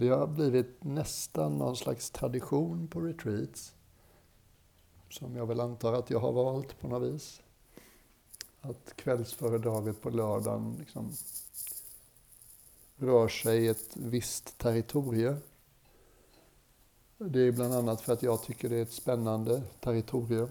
Det har blivit nästan någon slags tradition på retreats. Som jag väl antar att jag har valt på något vis. Att kvällsföredraget på lördagen liksom rör sig i ett visst territorium. Det är bland annat för att jag tycker det är ett spännande territorium.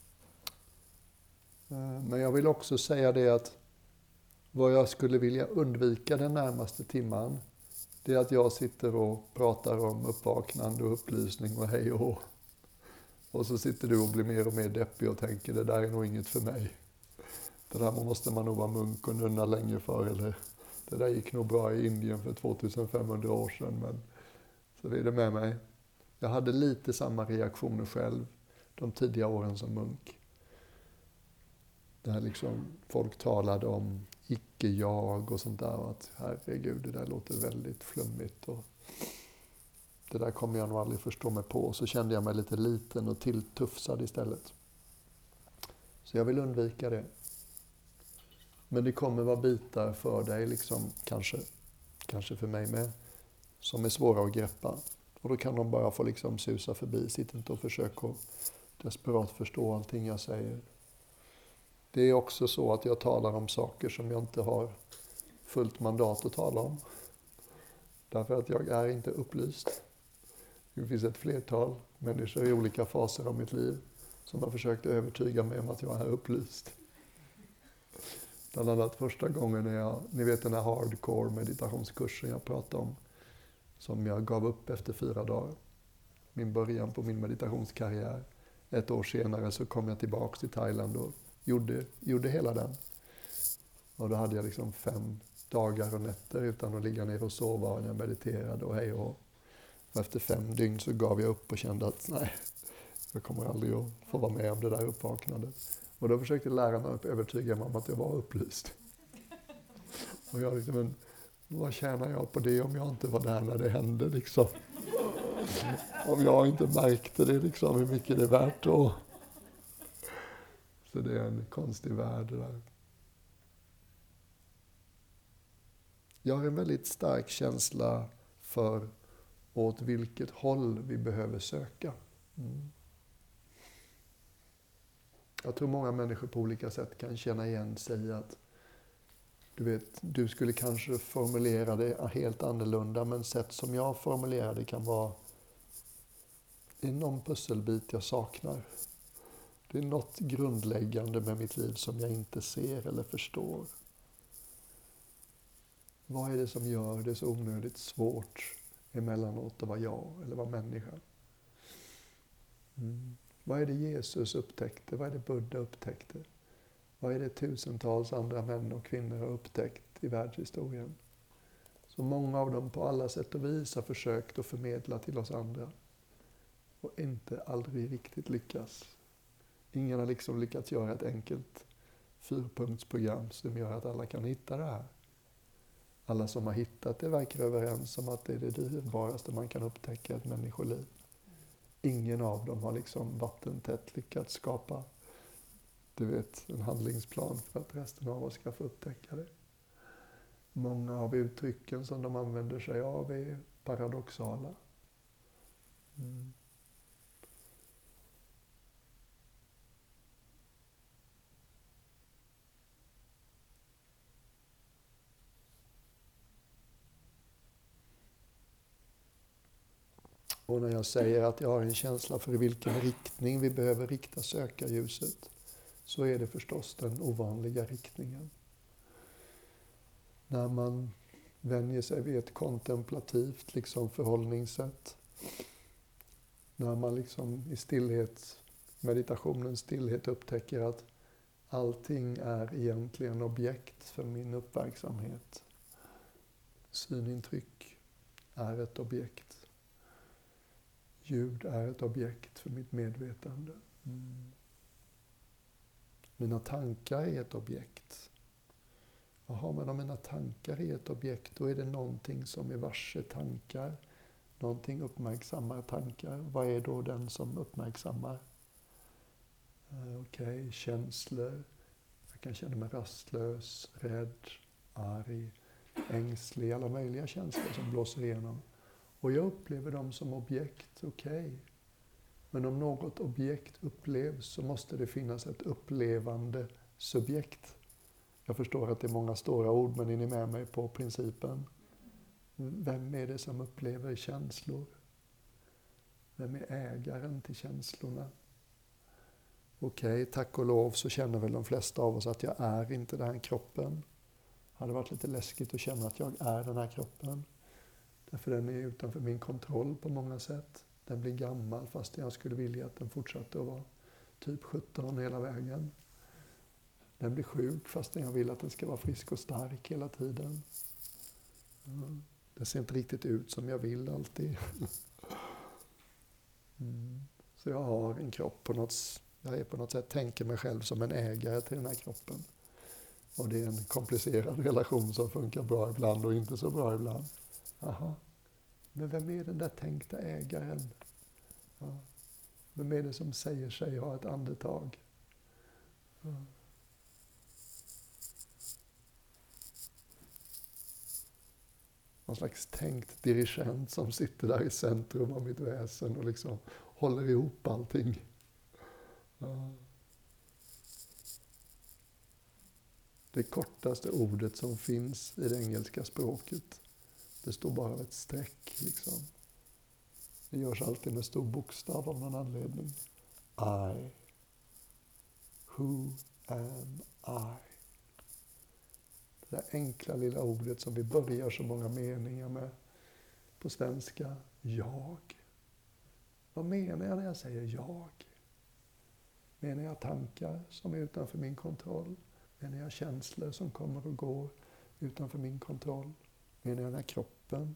Men jag vill också säga det att vad jag skulle vilja undvika den närmaste timman, det är att jag sitter och pratar om uppvaknande och upplysning och hej och hå. Och så sitter du och blir mer och mer deppig och tänker det där är nog inget för mig. Det där måste man nog vara munk och nunna länge för. Eller det där gick nog bra i Indien för 2500 år sedan. Men så är det med mig. Jag hade lite samma reaktioner själv de tidiga åren som munk. Där liksom folk talade om icke-jag och sånt där. Och att herregud, det där låter väldigt flummigt. Och det där kommer jag nog aldrig förstå mig på. Så kände jag mig lite liten och tilltufsad istället. Så jag vill undvika det. Men det kommer vara bitar för dig, liksom, kanske för mig med, som är svåra att greppa. Och då kan de bara få liksom susa förbi. Sitt inte och försök att desperat förstå allting jag säger. Det är också så att jag talar om saker som jag inte har fullt mandat att tala om. Därför att jag är inte upplyst. Det finns ett flertal människor i olika faser av mitt liv som har försökt övertyga mig om att jag är upplyst. Bland annat första gången när ni vet den här hardcore meditationskursen jag pratade om, som jag gav upp efter 4 dagar. Min början på min meditationskarriär. 1 år senare så kom jag tillbaka till Thailand och gjorde hela den. Och då hade jag liksom 5 dagar och nätter utan att ligga ner och sova och jag mediterade och hej och. Och efter 5 dygn så gav jag upp och kände att nej, jag kommer aldrig att få vara med om det där uppvaknandet. Och då försökte lärarna övertyga mig om att jag var upplyst. Och jag liksom, men vad tjänar jag på det om jag inte var där när det hände liksom? Om jag inte märkte det liksom, hur mycket det är värt då. Så det är en konstig värld det där. Jag har en väldigt stark känsla för åt vilket håll vi behöver söka. Jag tror många människor på olika sätt kan känna igen sig att du skulle kanske formulera det helt annorlunda, men sätt som jag formulerar det kan vara någon pusselbit jag saknar. Det är något grundläggande med mitt liv som jag inte ser eller förstår. Vad är det som gör det så onödigt svårt emellanåt att vara jag eller vara människa? Vad är det Jesus upptäckte? Vad är det Buddha upptäckte? Vad är det tusentals andra män och kvinnor har upptäckt i världshistorien? Så många av dem på alla sätt och vis har försökt att förmedla till oss andra. Och aldrig riktigt lyckas. Ingen har liksom lyckats göra ett enkelt 4-punktsprogram som gör att alla kan hitta det här. Alla som har hittat det verkar överens om att det är det dyrbaraste man kan upptäcka ett människoliv. Ingen av dem har liksom vattentätt lyckats skapa en handlingsplan för att resten av oss ska få upptäcka det. Många av uttrycken som de använder sig av är paradoxala. Och när jag säger att jag har en känsla för i vilken riktning vi behöver rikta sökarljuset, så är det förstås den ovanliga riktningen. När man vänjer sig vid ett kontemplativt förhållningssätt, när man i stillhet, meditationens stillhet upptäcker att allting är egentligen objekt för min uppmärksamhet. Synintryck är ett objekt. Ljud är ett objekt för mitt medvetande. Mina tankar är ett objekt. Jaha, men om mina tankar är ett objekt, då är det någonting som är varse tankar. Någonting uppmärksammar tankar. Vad är då den som uppmärksammar? Känslor. Jag kan känna mig rastlös, rädd, arg, ängslig. Alla möjliga känslor som blåser igenom. Och jag upplever dem som objekt, okej. Men om något objekt upplevs så måste det finnas ett upplevande subjekt. Jag förstår att det är många stora ord, men är ni med mig på principen? Vem är det som upplever känslor? Vem är ägaren till känslorna? Okej, tack och lov så känner väl de flesta av oss att jag är inte den här kroppen. Det hade varit lite läskigt att känna att jag är den här kroppen. Därför den är utanför min kontroll på många sätt. Den blir gammal fast jag skulle vilja att den fortsatte att vara typ 17 hela vägen. Den blir sjuk fast jag vill att den ska vara frisk och stark hela tiden. Det ser inte riktigt ut som jag vill alltid. Så jag har en kropp på något, jag är på något sätt tänker mig själv som en ägare till den här kroppen. Och det är en komplicerad relation som funkar bra ibland och inte så bra ibland. Aha. Men vem är den där tänkta ägaren? Ja. Vem är det som säger sig ha ett andetag? Ja. Någon slags tänkt dirigent som sitter där i centrum av mitt väsen och liksom håller ihop allting. Ja. Det kortaste ordet som finns i det engelska språket. Det står bara ett streck liksom. Det görs alltid med stor bokstav av någon anledning. I. Who am I? Det där enkla lilla ordet som vi börjar så många meningar med på svenska. Jag. Vad menar jag när jag säger jag? Menar jag tankar som är utanför min kontroll? Menar jag känslor som kommer och går utanför min kontroll? Menar jag den här kroppen?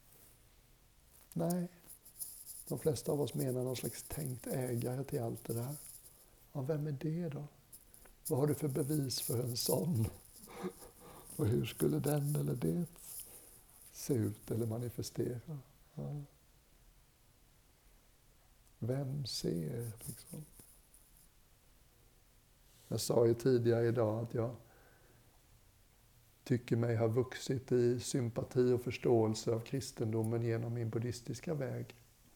Nej. De flesta av oss menar någon slags tänkt ägare till allt det där. Ja, vem är det då? Vad har du för bevis för en sån? Och hur skulle den eller det se ut eller manifestera? Ja. Vem ser liksom? Jag sa ju tidigare idag att jag tycker mig ha vuxit i sympati och förståelse av kristendomen genom min buddhistiska väg.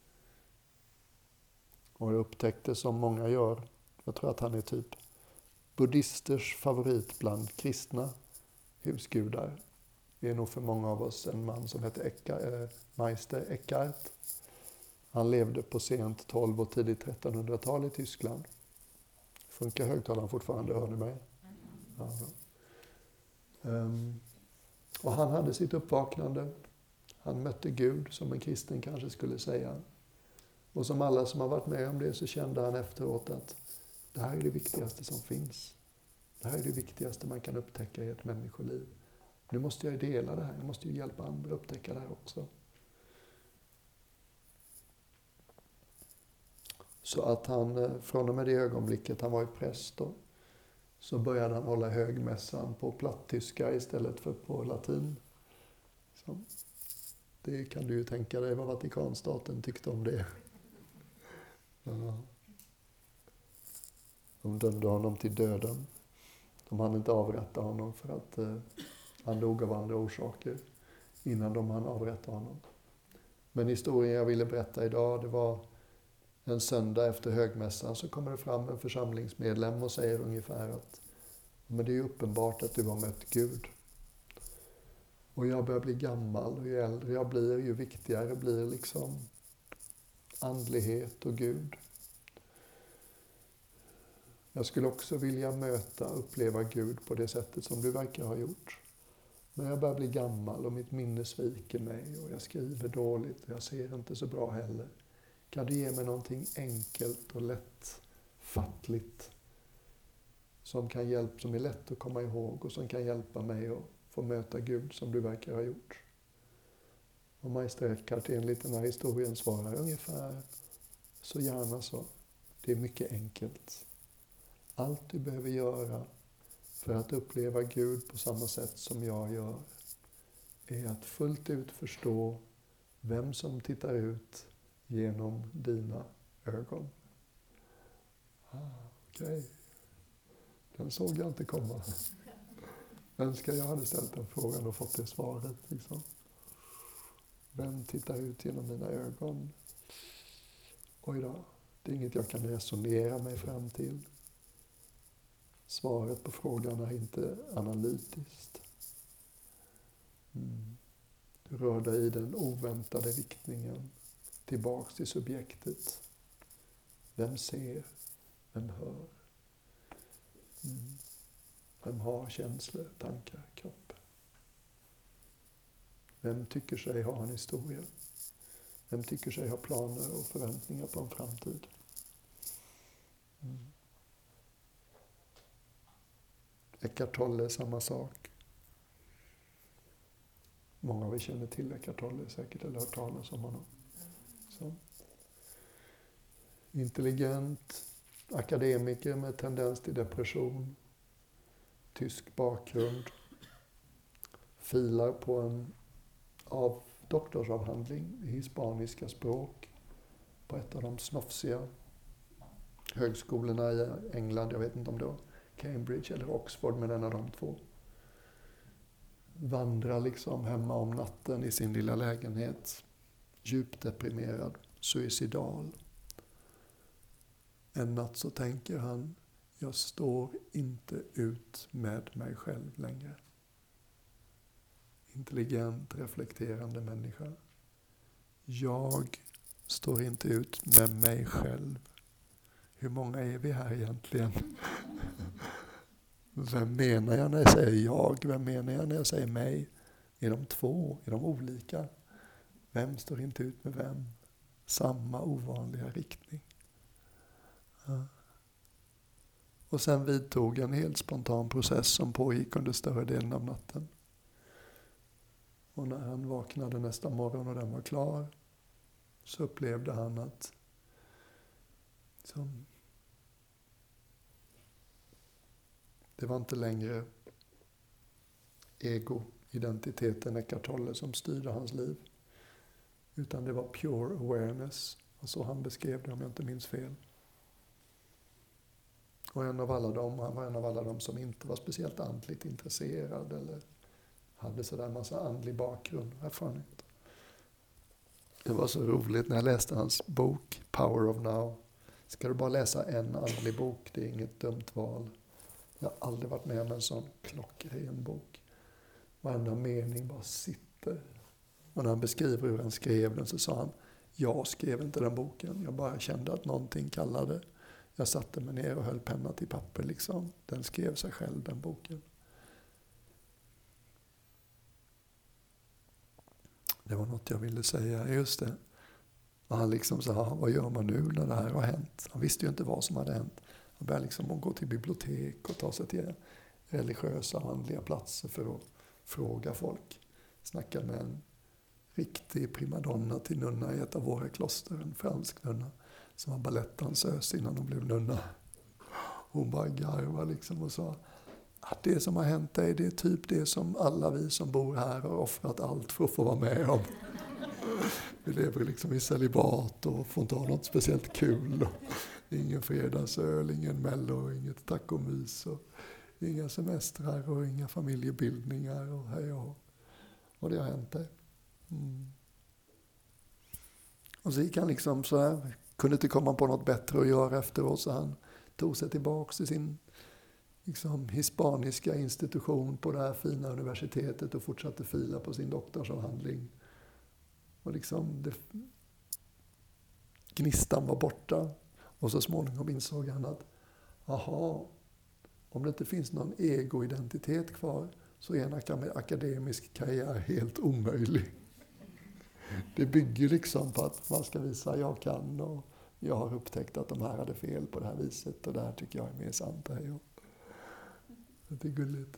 Och jag upptäckte som många gör, jag tror att han är typ buddhisters favorit bland kristna husgudar. Det är nog för många av oss en man som heter Meister Eckhart. Han levde på sent 12 och tidigt 1300-tal i Tyskland. Funkar högtalaren fortfarande, hör ni mig? Ja. Och han hade sitt uppvaknande. Han mötte Gud, som en kristen kanske skulle säga. Och som alla som har varit med om det så kände han efteråt att det här är det viktigaste som finns. Det här är det viktigaste man kan upptäcka i ett människoliv. Nu måste jag dela det här. Jag måste ju hjälpa andra att upptäcka det här också. Så att han, från och med det ögonblicket han var i präst då, så började han hålla högmässan på plattyska istället för på latin. Så det kan du ju tänka dig vad Vatikanstaten tyckte om det. Ja. De dömde honom till döden. De hann inte avrätta honom för att han dog av andra orsaker innan de hann avrätta honom. Men historien jag ville berätta idag, det var en söndag efter högmässan så kommer det fram en församlingsmedlem och säger ungefär att men det är ju uppenbart att du har mött Gud. Och jag börjar bli gammal och ju äldre jag blir ju viktigare blir liksom andlighet och Gud. Jag skulle också vilja möta och uppleva Gud på det sättet som du verkar ha gjort. Men jag börjar bli gammal och mitt minne sviker mig och jag skriver dåligt och jag ser inte så bra heller. Kan du ge mig någonting enkelt och lättfattligt som är lätt att komma ihåg och som kan hjälpa mig att få möta Gud som du verkar ha gjort? Och Meister Eckhart enligt den här historien svarar ungefär så gärna så. Det är mycket enkelt. Allt du behöver göra för att uppleva Gud på samma sätt som jag gör är att fullt ut förstå vem som tittar ut genom dina ögon. Okej. Den såg jag inte komma. Önskar jag hade ställt den frågan och fått det svaret. Liksom. Vem tittar ut genom mina ögon? Oj då, det är inget jag kan resonera mig fram till. Svaret på frågan är inte analytiskt. Du rör dig i den oväntade riktningen tillbaks till subjektet. Vem ser? Vem hör? Vem har känslor, tankar, kropp? Vem tycker sig ha en historia? Vem tycker sig ha planer och förväntningar på en framtid? Eckart Tolle, samma sak. Många av er känner till Eckart Tolle säkert eller hört talas om honom. Så. Intelligent, akademiker med tendens till depression, tysk bakgrund, filar på en doktorsavhandling i hispaniska språk på ett av de snofsiga högskolorna i England. Jag vet inte om det var Cambridge eller Oxford, men en av de två. Vandrar liksom hemma om natten i sin lilla lägenhet. Djupt deprimerad, suicidal. En natt så tänker han, jag står inte ut med mig själv längre. Intelligent, reflekterande människa. Jag står inte ut med mig själv. Hur många är vi här egentligen? Vem menar jag när jag säger jag? Vem menar jag när jag säger mig? Är de två? Är de olika? Vem står inte ut med vem? Samma ovanliga riktning. Ja. Och sen vidtog en helt spontan process som pågick under större delen av natten. Och när han vaknade nästa morgon och den var klar så upplevde han att det var inte längre ego-identiteten Eckart Tolle som styrde hans liv. Utan det var pure awareness. Och så han beskrev det, om jag inte minns fel. Och han var en av alla dem som inte var speciellt andligt intresserad eller hade sådär en massa andlig bakgrund och erfarenhet. Det var så roligt när jag läste hans bok Power of Now. Ska du bara läsa en andlig bok, det är inget dumt val. Jag har aldrig varit med om en sån klockren bok. Varenda mening bara sitter. Och när han beskriver hur han skrev den så sa han, jag skrev inte den boken. Jag bara kände att någonting kallade. Jag satte mig ner och höll penna till papper liksom. Den skrev sig själv, den boken. Det var något jag ville säga, just det. Och han liksom sa, vad gör man nu när det här har hänt? Han visste ju inte vad som hade hänt. Han började liksom gå till bibliotek och ta sig till religiösa och andliga platser för att fråga folk. Snacka med en riktig primadonna till nunna i ett av våra kloster, en fransk nunna som var balettdansös innan hon blev nunna. Hon bara garvade liksom och sa att det som har hänt dig, det är typ det som alla vi som bor här har offrat allt för att få vara med om. Vi lever liksom i celibat och får inte ha något speciellt kul. Ingen fredagsöl, ingen mello, inget tacomys och inga semestrar och inga familjebildningar och hej och det har hänt dig. Och så gick han liksom så här, kunde inte komma på något bättre att göra efteråt, så han tog sig tillbaka till sin liksom hispaniska institution på det här fina universitetet och fortsatte fila på sin doktorsavhandling. Och liksom gnistan var borta. Och så småningom insåg han att om det inte finns någon ego-identitet kvar så är en akademisk karriär helt omöjlig. Det bygger liksom på att man ska visa jag kan och jag har upptäckt att de här hade fel på det här viset och det här tycker jag är mer sant. Det är gulligt.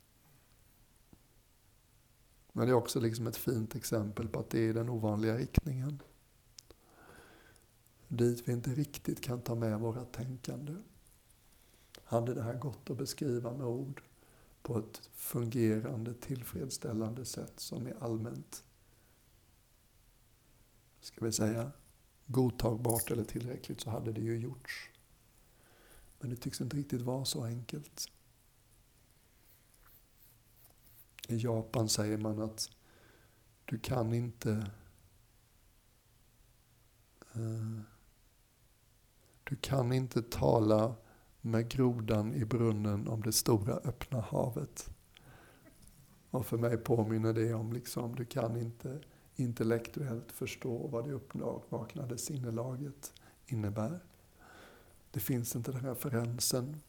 Men det är också liksom ett fint exempel på att det är den ovanliga riktningen. Dit vi inte riktigt kan ta med våra tänkande. Hade det här gått att beskriva med ord på ett fungerande, tillfredsställande sätt som är allmänt, ska vi säga, godtagbart eller tillräckligt, så hade det ju gjorts. Men det tycks inte riktigt vara så enkelt. I Japan säger man att du kan inte Du kan inte tala med grodan i brunnen om det stora öppna havet. Och för mig påminner det om liksom, du kan inte intellektuellt förstå vad det uppvaknade sinnelaget innebär. Det finns inte den referensen.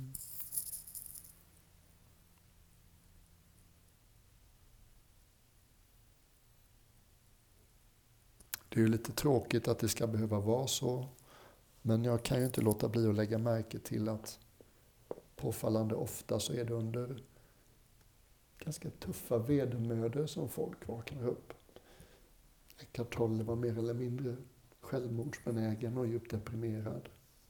Det är ju lite tråkigt att det ska behöva vara så. Men jag kan ju inte låta bli att lägga märke till att påfallande ofta så är det under ganska tuffa vedermödor som folk vaknar upp. Eckhart Tolle var mer eller mindre självmordsbenägen och djupt deprimerad.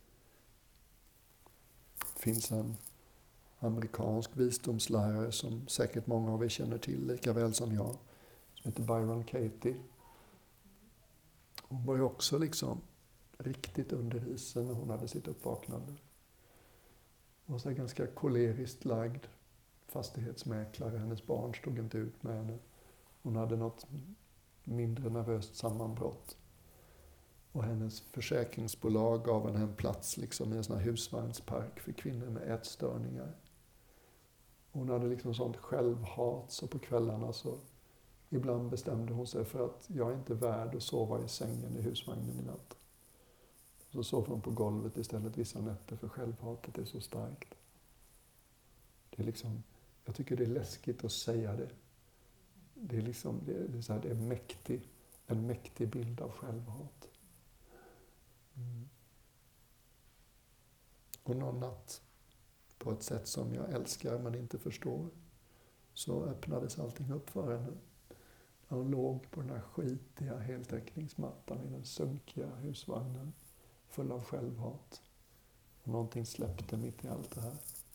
Det finns en amerikansk visdomslärare som säkert många av er känner till lika väl som jag, som heter Byron Katie. Hon var ju också liksom riktigt under isen när hon hade sitt uppvaknande. Hon var så ganska koleriskt lagd. Fastighetsmäklare, hennes barn stod inte ut med henne. Hon hade något mindre nervöst sammanbrott. Och hennes försäkringsbolag gav henne en plats liksom i en sån här husvagnspark för kvinnor med ätstörningar. Hon hade liksom sånt självhat så på kvällarna så ibland bestämde hon sig för att jag är inte värd att sova i sängen i husvagnen i natt. Så sov hon på golvet istället vissa nätter för självhatet är så starkt. Det är liksom, jag tycker det är läskigt att säga det. Det är liksom, det är så här, det är en mäktig bild av självhat. Och någon natt, på ett sätt som jag älskar men inte förstår, så öppnades allting upp för henne. Hon låg på den här skitiga heltäckningsmattan i den sunkiga husvagnen, full av självhat. Och någonting släppte mitt i allt det här.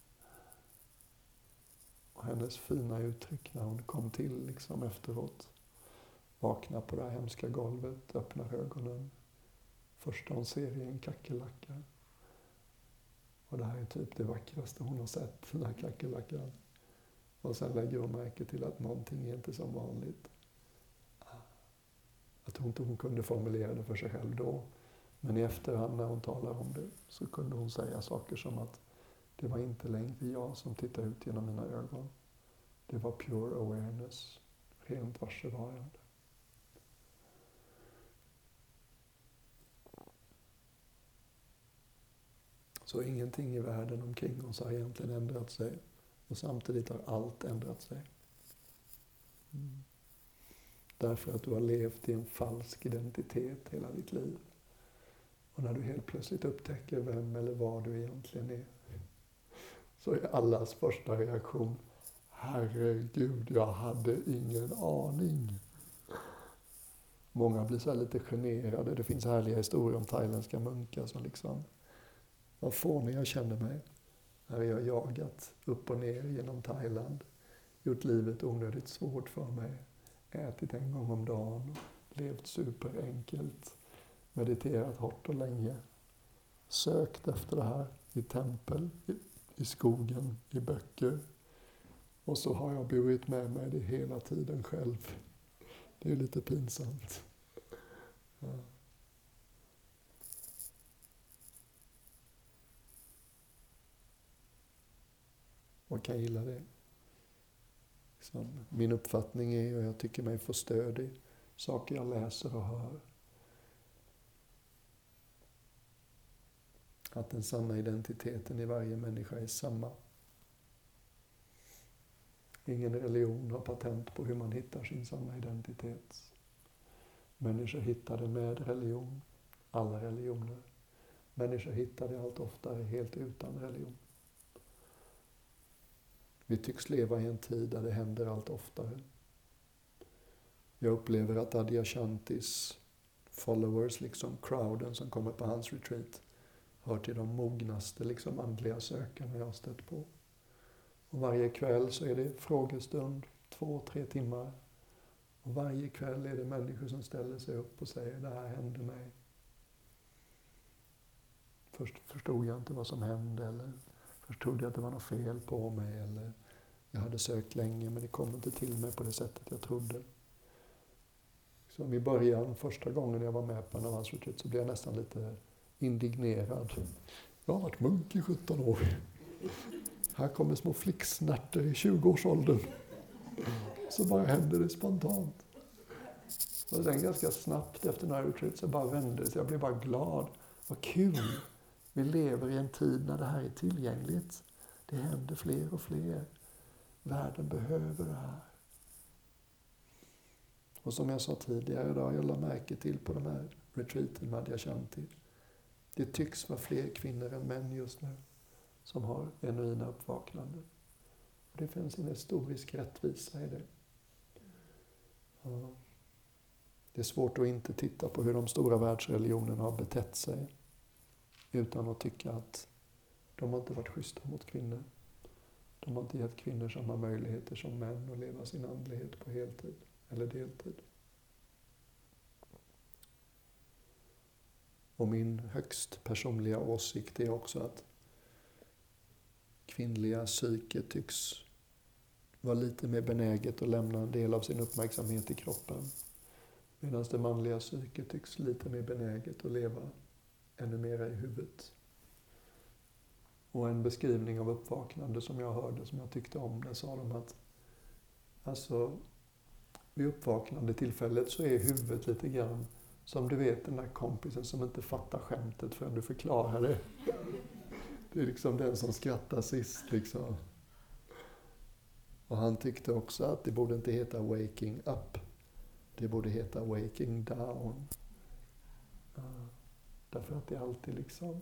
Och hennes fina uttryck när hon kom till liksom efteråt. Vaknar på det här hemska golvet, öppnar ögonen. Första hon ser är en kackerlacka. Och det här är typ det vackraste hon har sett, den här kackerlackan. Och sen lägger hon märke till att någonting är inte som vanligt. Jag tror inte hon kunde formulera det för sig själv då. Men i efterhand när hon talar om det så kunde hon säga saker som att det var inte längre jag som tittade ut genom mina ögon. Det var pure awareness, rent varsevarande. Så ingenting i världen omkring oss har egentligen ändrat sig. Och samtidigt har allt ändrat sig. Därför att du har levt i en falsk identitet hela ditt liv. Och när du helt plötsligt upptäcker vem eller vad du egentligen är, så är allas första reaktion: herregud, jag hade ingen aning. Många blir så här lite generade. Det finns härliga historier om thailändska munkar som liksom, vad fånig jag känner mig. När jag har jagat upp och ner genom Thailand, gjort livet onödigt svårt för mig, ätit en gång om dagen, levt superenkelt, mediterat hårt och länge, sökt efter det här i tempel, i skogen, i böcker. Och så har jag burit med mig det hela tiden själv. Det är lite pinsamt. Ja. Man kan gilla det. Min uppfattning är, och jag tycker mig få stöd i saker jag läser och hör, att den sanna identiteten i varje människa är samma. Ingen religion har patent på hur man hittar sin sanna identitet. Människor hittar det med religion, alla religioner. Människor hittar det allt oftare helt utan religion. Vi tycks leva i en tid där det händer allt oftare. Jag upplever att Adyashantis followers, liksom crowden som kommer på hans retreat, hör till de mognaste liksom andliga sökarna jag har stött på. Och varje kväll så är det frågestund, 2-3 timmar. Och varje kväll är det människor som ställer sig upp och säger: det här hände mig. Först förstod jag inte vad som hände, eller förstod jag att det var något fel på mig, eller jag hade sökt länge men det kom inte till mig på det sättet jag trodde. Som i början, första gången jag var med på en av hans retreat, så blev jag nästan lite indignerad. Jag har varit munk i 17 år. Här kommer små flicksnärter i 20-årsåldern. Så bara händer det spontant. Och sen ganska snabbt efter några retreat så bara vände det sig. Jag blev bara glad. Vad kul! Vi lever i en tid när det här är tillgängligt. Det händer fler och fler. Världen behöver det här. Och som jag sa tidigare idag, jag la märke till på de här retreaten med Adyashanti. Det tycks vara fler kvinnor än män just nu som har genuina uppvaknanden. Och det finns en historisk rättvisa i det. Ja. Det är svårt att inte titta på hur de stora världsreligionerna har betett sig utan att tycka att de har inte varit schyssta mot kvinnor. De har inte gett kvinnor samma möjligheter som män att leva sin andlighet på heltid eller deltid. Och min högst personliga åsikt är också att kvinnliga psyket tycks vara lite mer benäget att lämna en del av sin uppmärksamhet i kroppen. Medan det manliga psyket tycks lite mer benäget att leva ännu mer i huvudet. Och en beskrivning av uppvaknande som jag hörde, som jag tyckte om, där sa de att alltså, vid uppvaknande tillfället så är huvudet lite grann som du vet den där kompisen som inte fattar skämtet förrän du förklarar det. Det är liksom den som skrattar sist liksom. Och han tyckte också att det borde inte heta waking up. Det borde heta waking down. Därför att det alltid liksom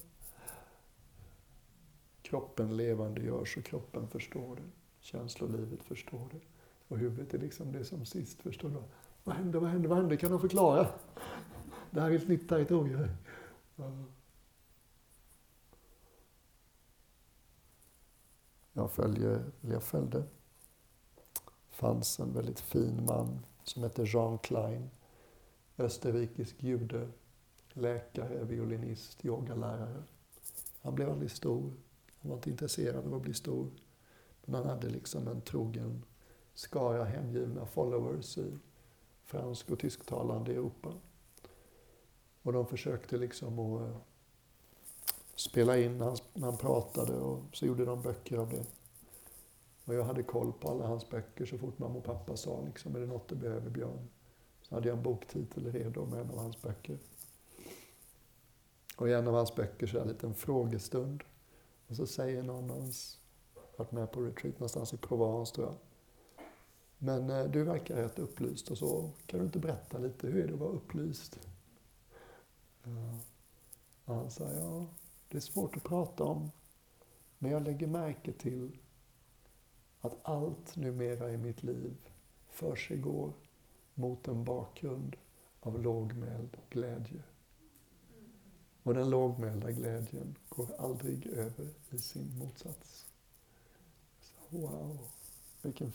kroppen levande görs och kroppen förstår det. Känslolivet förstår det. Och huvudet är liksom det som sist förstår det. Vad händer? Kan de förklara? Det här är ett nytt territorium. Jag följde. Fanns en väldigt fin man som hette Jean Klein. Österrikisk jude, läkare, violinist, yogalärare. Han blev aldrig stor. Han var inte intresserad av att bli stor. Men han hade liksom en trogen skara hängivna followers i fransk- och tysktalande Europa. Och de försökte liksom att spela in när han pratade och så gjorde de böcker av det. Och jag hade koll på alla hans böcker så fort mamma och pappa sa liksom, är det något du behöver, Björn? Så hade jag en boktitel redo med en av hans böcker. Och i en av hans böcker så är det en liten frågestund. Och så säger någon av oss, varit med på retreat någonstans i Provence tror jag. Men du verkar rätt upplyst och så. Kan du inte berätta lite, hur är det att vara upplyst? Och han sa, ja, det är svårt att prata om. Men jag lägger märke till att allt numera i mitt liv försiggår mot en bakgrund av lågmäld glädje. Och den lågmälda glädjen går aldrig över i sin motsats. Så, wow, vilken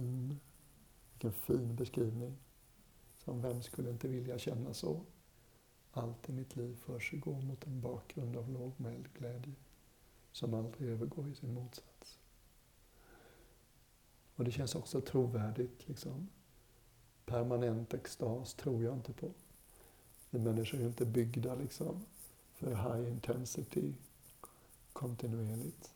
fin beskrivning. Som vem skulle inte vilja känna så? Allt i mitt liv försiggår mot en bakgrund av lågmäld glädje som aldrig övergår i sin motsats. Och det känns också trovärdigt. Liksom. Permanent extas tror jag inte på. Vi människor är inte byggda liksom, för high intensity kontinuerligt.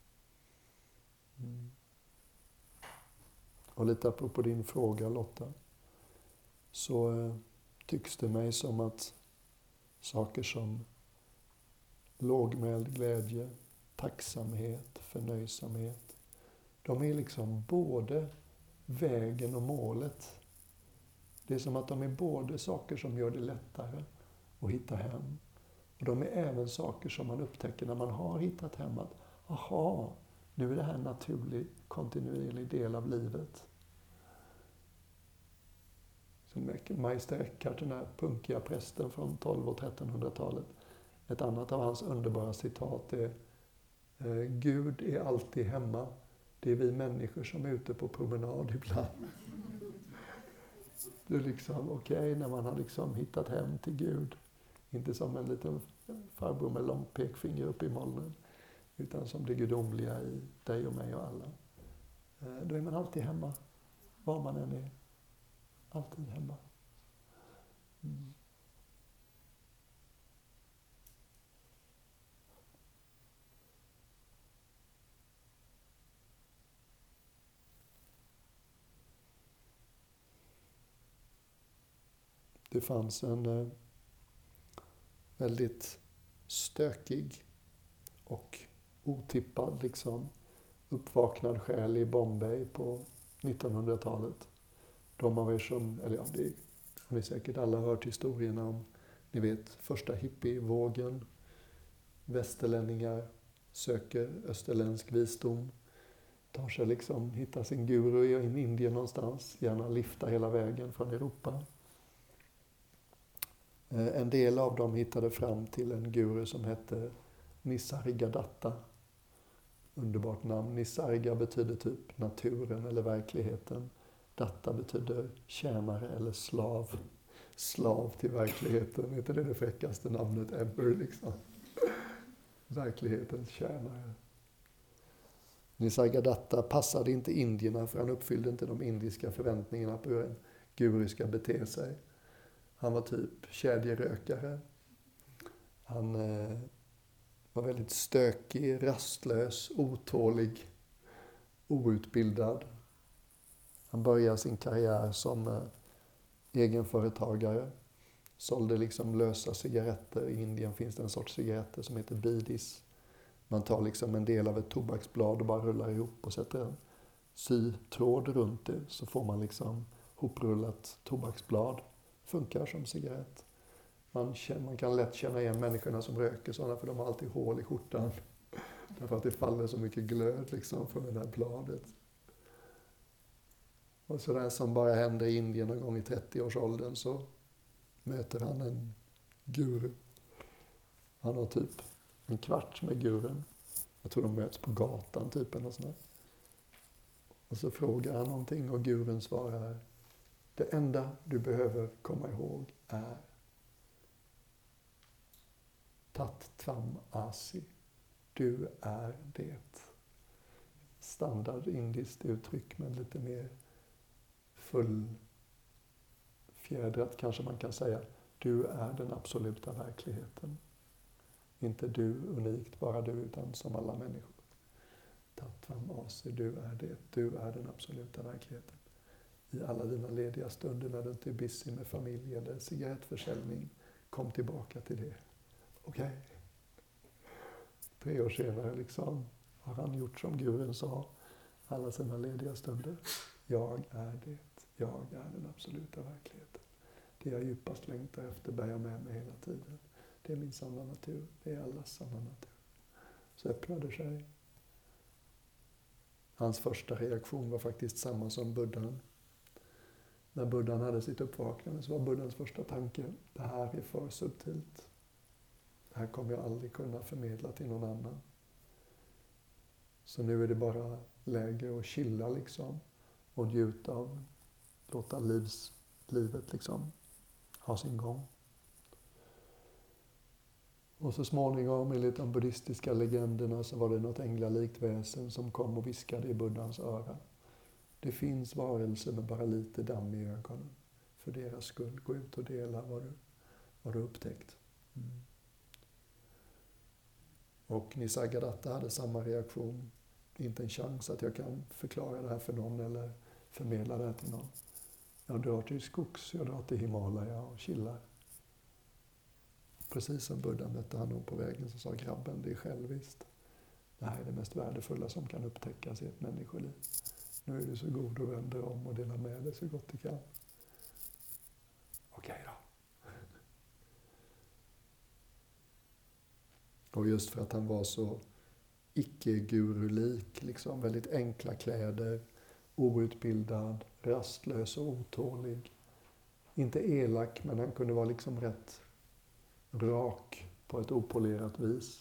Och lite apropå din fråga Lotta, så tycks det mig som att saker som lågmäld glädje, tacksamhet, förnöjsamhet, de är liksom både vägen och målet. Det är som att de är både saker som gör det lättare att hitta hem. Och de är även saker som man upptäcker när man har hittat hem att aha, nu är det här en naturlig, kontinuerlig del av livet. Som Meister Eckhart, den här punkiga prästen från 1200- och 1300-talet. Ett annat av hans underbara citat är Gud är alltid hemma. Det är vi människor som är ute på promenad ibland. Det är liksom okej, när man har liksom hittat hem till Gud. Inte som en liten farbror med långt pekfinger upp i molnen. Utan som det gudomliga i dig och mig och alla. Då är man alltid hemma. Var man än är. Alltid hemma. Det fanns en väldigt stökig och otippad uppvaknad själ i Bombay på 1900-talet. De av er som, eller ja, det har ni säkert alla hört historierna om, ni vet, första hippievågen, västerlänningar söker österländsk visdom, tar sig hittar sin guru i Indien någonstans, gärna lifta hela vägen från Europa. En del av dem hittade fram till en guru som hette Nisargadatta. Underbart namn. Nisarga betyder typ naturen eller verkligheten. Datta betyder tjänare eller slav. Slav till verkligheten. Är inte det fräckaste namnet ever Verklighetens tjänare. Nisargadatta passade inte indierna för han uppfyllde inte de indiska förväntningarna på hur en guru ska bete sig. Han var typ kedjerökare. Han var väldigt stökig, rastlös, otålig, outbildad. Han började sin karriär som egenföretagare. Sålde lösa cigaretter. I Indien finns det en sorts cigaretter som heter bidis. Man tar en del av ett tobaksblad och bara rullar ihop och sätter en sytråd runt det. Så får man hoprullat tobaksblad. Funkar som cigarett. Man kan lätt känna igen människorna som röker sådana för de har alltid hål i skjortan. Därför att det faller så mycket glöd från det där bladet. Och sådär som bara händer i Indien någon gång i 30-årsåldern så möter han en guru. Han har typ en kvart med gurun. Jag tror de möts på gatan typ eller sådär. Och så frågar han någonting och gurun svarar: det enda du behöver komma ihåg är Tat Tvam Asi. Du är det. Standard indiskt uttryck men lite mer fullfjädrat kanske man kan säga. Du är den absoluta verkligheten. Inte du unikt, bara du, utan som alla människor. Tat Tvam Asi, du är det. Du är den absoluta verkligheten. I alla dina lediga stunder när du inte är busy med familj eller cigarettförsäljning, kom tillbaka till det. Okej. 3 år senare har han gjort som gurun sa. Alla sina lediga stunder. Jag är det. Jag är den absoluta verkligheten. Det jag djupast längtar efter bär jag med mig hela tiden. Det är min sanna natur. Det är allas sanna natur. Så öppnade sig. Hans första reaktion var faktiskt samma som buddhan. När buddhan hade sitt uppvaknande så var buddhans första tanke: det här är för subtilt. Det här kommer jag aldrig kunna förmedla till någon annan. Så nu är det bara läge att chilla och njuta av, låta livet ha sin gång. Och så småningom enligt de buddhistiska legenderna så var det något änglalikt väsen som kom och viskade i buddhans öra. Det finns varelser med bara lite damm i ögonen. För deras skull, gå ut och dela vad du upptäckt. Och Nisargadatta hade samma reaktion. Inte en chans att jag kan förklara det här för någon eller förmedla det här till någon. Jag drar till skogs, jag drar till Himalaya och chillar. Precis som Buddha mötte honom på vägen så sa grabben, det är själviskt. Det här är det mest värdefulla som kan upptäckas i ett människoliv. Nu är du så god och vänder om och delar med dig så gott du kan. Okej då. Och just för att han var så icke-gurulik, väldigt enkla kläder, outbildad, rastlös och otålig. Inte elak, men han kunde vara rätt rak på ett opolerat vis.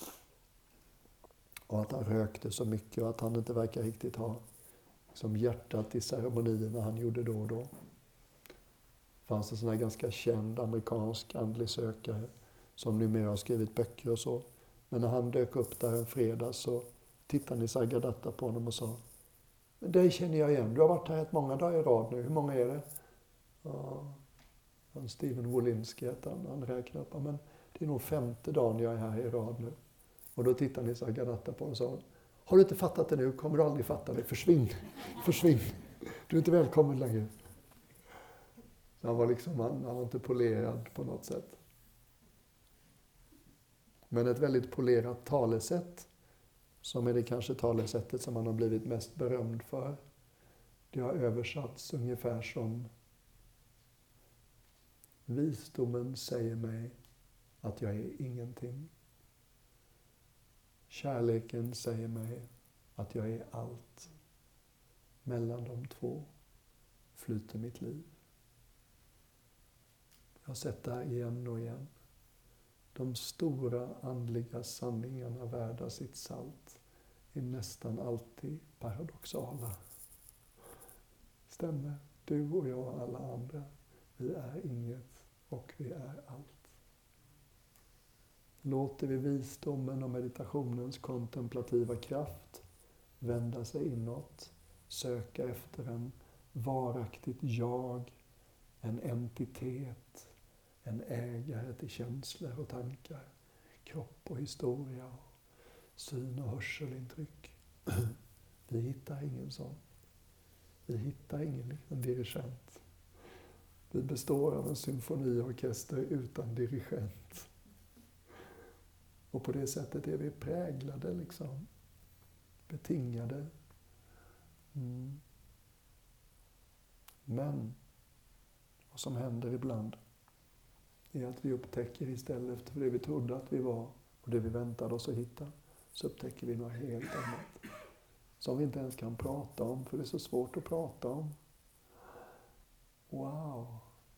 Och att han rökte så mycket och att han inte verkar riktigt ha hjärtat i ceremonierna han gjorde då och då. Det fanns en sån här ganska känd amerikansk andlig sökare som numera har skrivit böcker och så. Men när han dök upp där en fredag så tittade Nisargadatta på honom och sa: men dig känner jag igen, du har varit här rätt många dagar i rad nu, hur många är det? Ja, Steven Wolinski heter han räknade upp, men det är nog 5:e dagen jag är här i rad nu. Och då tittade Nisargadatta på honom och sa: har du inte fattat det nu kommer du aldrig fatta det, försvinn, du är inte välkommen längre. Så han var inte polerad på något sätt. Men ett väldigt polerat talesätt, som är det kanske talesättet som han har blivit mest berömd för. Det har översatts ungefär som: visdomen säger mig att jag är ingenting. Kärleken säger mig att jag är allt. Mellan de två flyter mitt liv. Jag har sett det här igen och igen. De stora andliga sanningarna värda sitt salt är nästan alltid paradoxala. Stämmer, du och jag och alla andra, vi är inget och vi är allt. Låter vi visdomen och meditationens kontemplativa kraft vända sig inåt, söka efter en varaktigt jag, en entitet, en ägare till känslor och tankar, kropp och historia, och syn och hörselintryck. Vi hittar ingen sån. Vi hittar ingen dirigent. Vi består av en symfoniorkester utan dirigent. Och på det sättet är vi präglade, betingade. Men vad som händer ibland är att vi upptäcker, istället för det vi trodde att vi var och det vi väntade oss att hitta, så upptäcker vi något helt annat. Som vi inte ens kan prata om, för det är så svårt att prata om. Wow!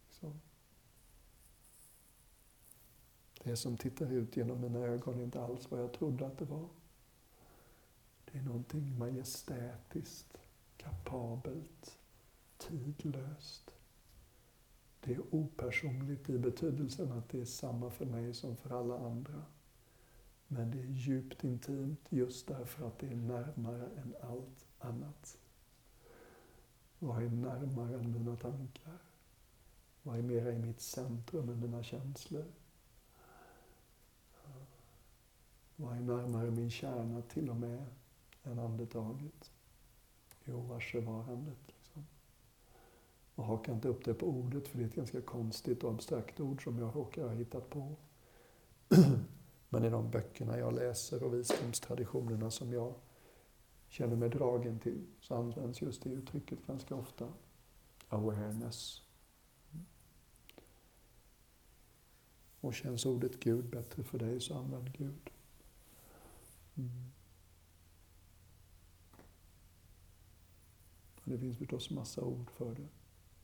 Det som tittar ut genom mina ögon är inte alls vad jag trodde att det var. Det är någonting majestätiskt, kapabelt, tidlöst. Det är opersonligt i betydelsen att det är samma för mig som för alla andra. Men det är djupt intimt just därför att det är närmare än allt annat. Vad är närmare än mina tankar? Vad är mera i mitt centrum än mina känslor? Vad är närmare min kärna till och med än andetaget? Jo, varsevarandet. Och haka inte upp det på ordet, för det är ett ganska konstigt och abstrakt ord som jag råkar ha hittat på. Men i de böckerna jag läser och visdomstraditionerna som jag känner mig dragen till, så används just det uttrycket ganska ofta. Awareness. Och känns ordet Gud bättre för dig, så använd Gud. Och det finns förstås massa ord för det.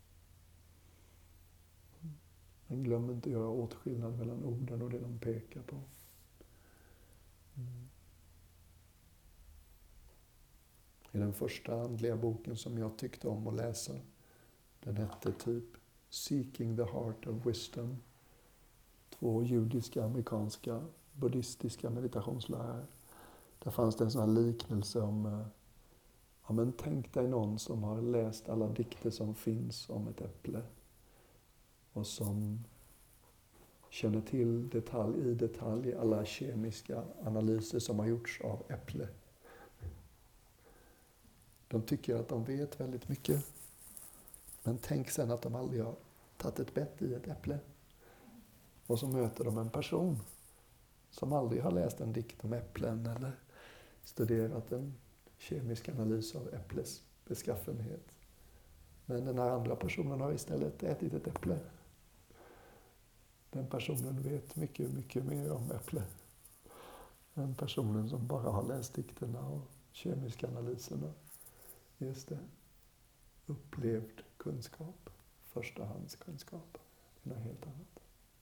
Men glöm inte att göra åtskillnad mellan orden och det de pekar på. I den första andliga boken som jag tyckte om att läsa, den hette typ Seeking the Heart of Wisdom. 2 judiska, amerikanska, buddhistiska meditationslärare. Där fanns det en sån här liknelse om, men tänk dig någon som har läst alla dikter som finns om ett äpple. Och som känner till detalj i detalj alla kemiska analyser som har gjorts av äpple. De tycker att de vet väldigt mycket. Men tänk sen att de aldrig har tagit ett bett i ett äpple. Och så möter de en person som aldrig har läst en dikt om äpplen eller studerat en kemisk analys av äpples beskaffenhet. Men den här andra personen har istället ätit ett äpple. Den personen vet mycket, mycket mer om äpple. Den personen som bara har läst dikterna och kemiska analyserna. Just det. Upplevd kunskap. Förstahandskunskap. Det är något helt annat.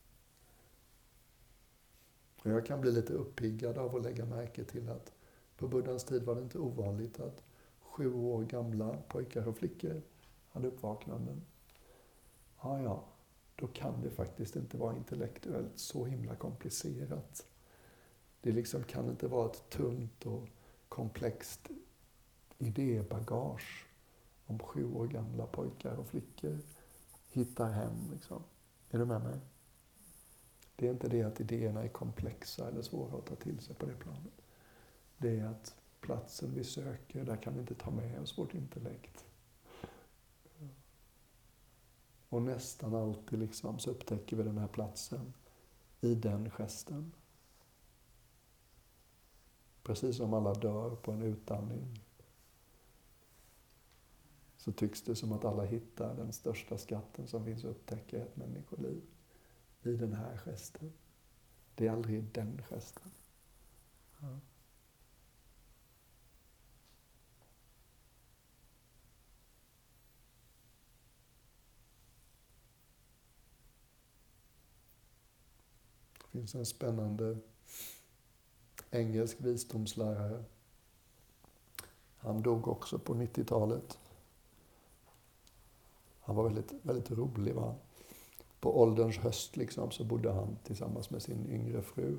Och jag kan bli lite uppiggad av att lägga märke till att på Buddhas tid var det inte ovanligt att 7 år gamla pojkar och flickor hade uppvaknanden. Ja, då kan det faktiskt inte vara intellektuellt så himla komplicerat. Det kan inte vara ett tungt och komplext idébagage om 7 år gamla pojkar och flickor hittar hem. Är du med mig? Det är inte det att idéerna är komplexa eller svåra att ta till sig på det planet. Det är att platsen vi söker, där kan vi inte ta med oss vårt intellekt. Och nästan alltid liksom så upptäcker vi den här platsen i den gesten. Precis som alla dör på en utandning, så tycks det som att alla hittar den största skatten som finns att upptäcka i ett människoliv i den här gesten. Det är aldrig den gesten. Ja. Det finns en spännande engelsk visdomslärare. Han dog också på 90-talet. Han var väldigt, väldigt rolig. Va? På ålderns höst liksom, så bodde han tillsammans med sin yngre fru.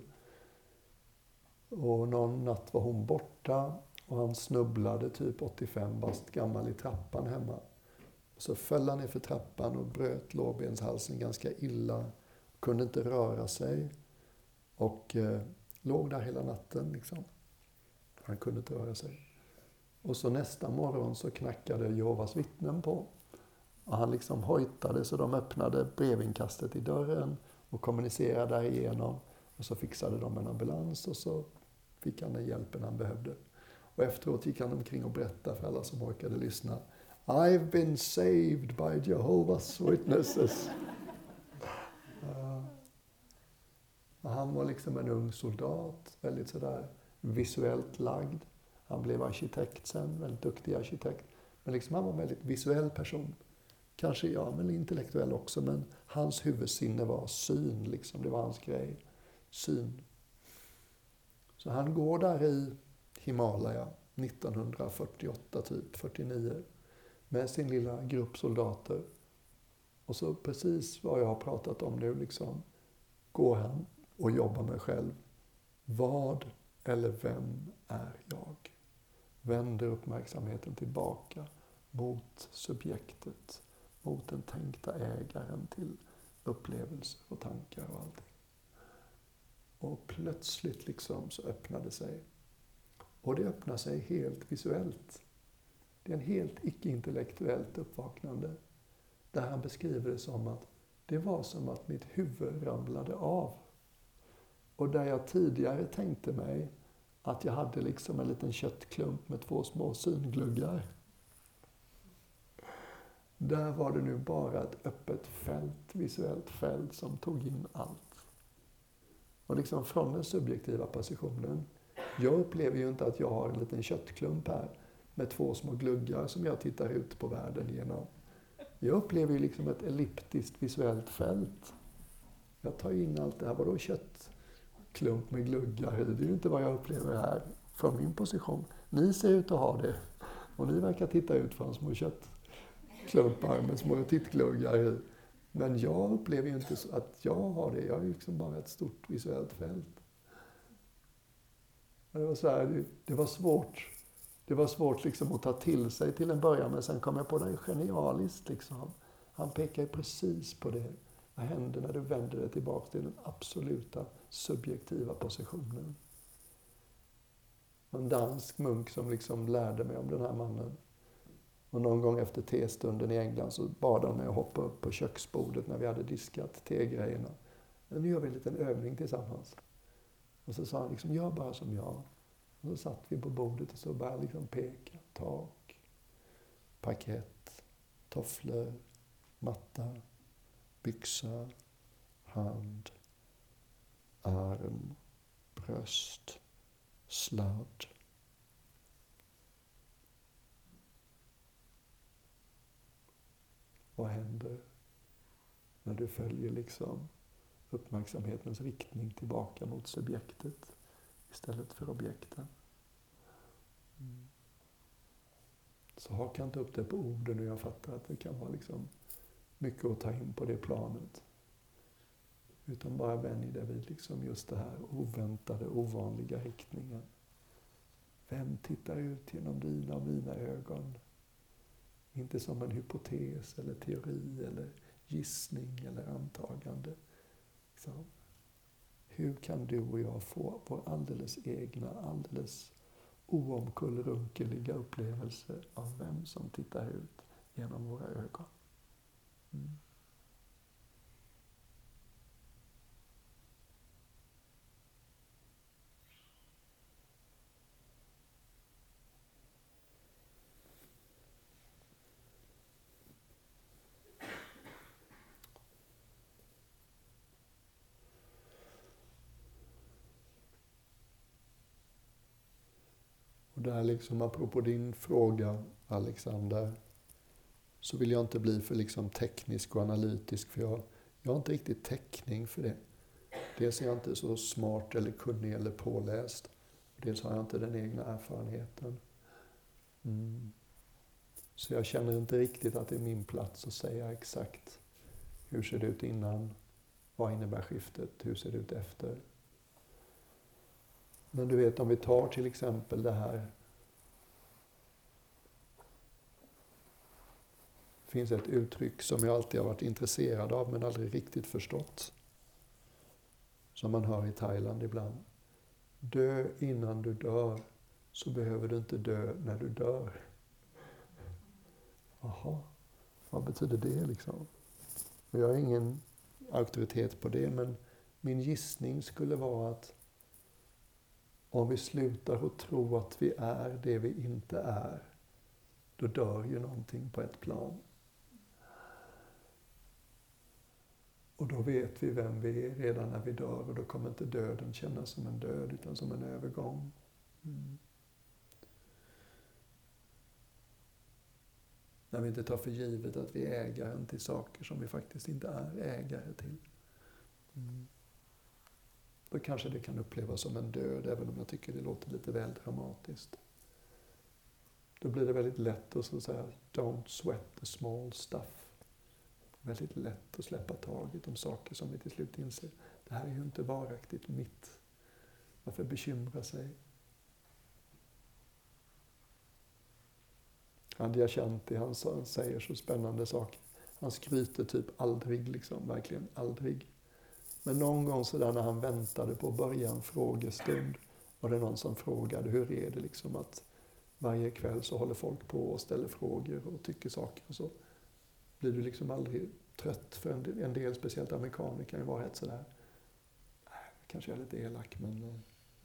Och någon natt var hon borta och han snubblade typ 85 bast gammal i trappan hemma. Så föll han ner för trappan och bröt lårbenshalsen ganska illa. Kunde inte röra sig. Och låg där hela natten liksom. Han kunde inte röra sig. Och så nästa morgon så knackade Jehovas vittnen på. Och han liksom hojtade så de öppnade brevinkastet i dörren och kommunicerade därigenom. Och så fixade de en ambulans och så fick han den hjälpen han behövde. Och efteråt gick han omkring och berättade för alla som orkade lyssna. I've been saved by Jehovah's Witnesses. Han var liksom en ung soldat, väldigt sådär visuellt lagd. Han blev arkitekt sen, väldigt duktig arkitekt. Men liksom han var en väldigt visuell person. Kanske men intellektuell också, men hans huvudsinne var syn, liksom. Det var hans grej. Syn. Så han går där i Himalaya 1948, typ 49, med sin lilla grupp soldater. Och så precis vad jag har pratat om nu, liksom, går han och jobbar med själv. Vad eller vem är jag? Vänder uppmärksamheten tillbaka mot subjektet, mot den tänkta ägaren till upplevelser och tankar och allting. Och plötsligt liksom så öppnar det sig. Och det öppnar sig helt visuellt. Det är en helt icke-intellektuellt uppvaknande. Där han beskriver det som att det var som att mitt huvud ramlade av. Och där jag tidigare tänkte mig att jag hade liksom en liten köttklump med 2 små syngluggar. Där var det nu bara ett öppet fält, visuellt fält som tog in allt. Och liksom från den subjektiva positionen. Jag upplever ju inte att jag har en liten köttklump här med 2 små gluggar som jag tittar ut på världen genom. Jag upplever ju liksom ett elliptiskt visuellt fält. Jag tar in allt det här. Vadå köttklump med gluggar? Det är ju inte vad jag upplever här från min position. Ni ser ut att ha det. Och ni verkar titta ut från små köttklumpar med små tittgluggar i. Men jag upplever ju inte att jag har det. Jag är liksom bara ett stort visuellt fält. Det var så här, det var svårt. Det var svårt liksom att ta till sig till en början, men sen kom jag på det är genialiskt. Liksom. Han pekar precis på det. Vad händer när du vänder dig tillbaka till den absoluta subjektiva positionen? En dansk munk som liksom lärde mig om den här mannen. Och någon gång efter testunden i England så bad han mig att hoppa upp på köksbordet när vi hade diskat tegrejerna. Nu gör vi en liten övning tillsammans. Och så sa han liksom, gör bara som jag. Och så satt vi på bordet och så började liksom peka. Tak, parkett, tofflor, matta, byxa, hand, arm, bröst, sladd. Vad händer när du följer liksom uppmärksamhetens riktning tillbaka mot subjektet istället för objekten? Så haka inte upp det på orden, och jag fattar att det kan vara liksom mycket att ta in på det planet. Utan bara vänj dig vid liksom just det här oväntade, ovanliga riktningen. Vem tittar ut genom dina och mina ögon? Inte som en hypotes eller teori eller gissning eller antagande. Så, hur kan du och jag få vår alldeles egna, alldeles oomkullrunkeliga upplevelse av vem som tittar ut genom våra ögon? där liksom apropå din fråga, Alexander, så vill jag inte bli för liksom teknisk och analytisk, för jag har inte riktigt täckning för det. Dels är jag inte så smart eller kunnig eller påläst. Dels har jag inte den egna erfarenheten. Så jag känner inte riktigt att det är min plats att säga exakt hur ser det ut innan, vad innebär skiftet, hur ser det ut efter. Men du vet, om vi tar till exempel det här. Det finns ett uttryck som jag alltid har varit intresserad av men aldrig riktigt förstått. Som man hör i Thailand ibland. Dö innan du dör, så behöver du inte dö när du dör. Jaha, vad betyder det liksom? Jag har ingen auktoritet på det, men min gissning skulle vara att om vi slutar att tro att vi är det vi inte är, då dör ju någonting på ett plan. Och då vet vi vem vi är redan när vi dör, och då kommer inte döden kännas som en död utan som en övergång. När vi inte tar för givet att vi är ägaren till saker som vi faktiskt inte är ägare till. Då kanske det kan upplevas som en död, även om jag tycker det låter lite väl dramatiskt. Då blir det väldigt lätt att så säga, don't sweat the small stuff. Väldigt lätt att släppa taget om saker som vi till slut inser. Det här är ju inte varaktigt mitt. Varför bekymra sig? Adyashanti, han säger så spännande saker. Han skryter typ aldrig, liksom, verkligen aldrig. Men någon gång så där när han väntade på att börja en frågestund, var det någon som frågade, hur är det liksom att varje kväll så håller folk på och ställer frågor och tycker saker och så. Blir du liksom aldrig trött? För en del, speciellt amerikaner, kan ju vara rätt sådär. Kanske jag är lite elak, men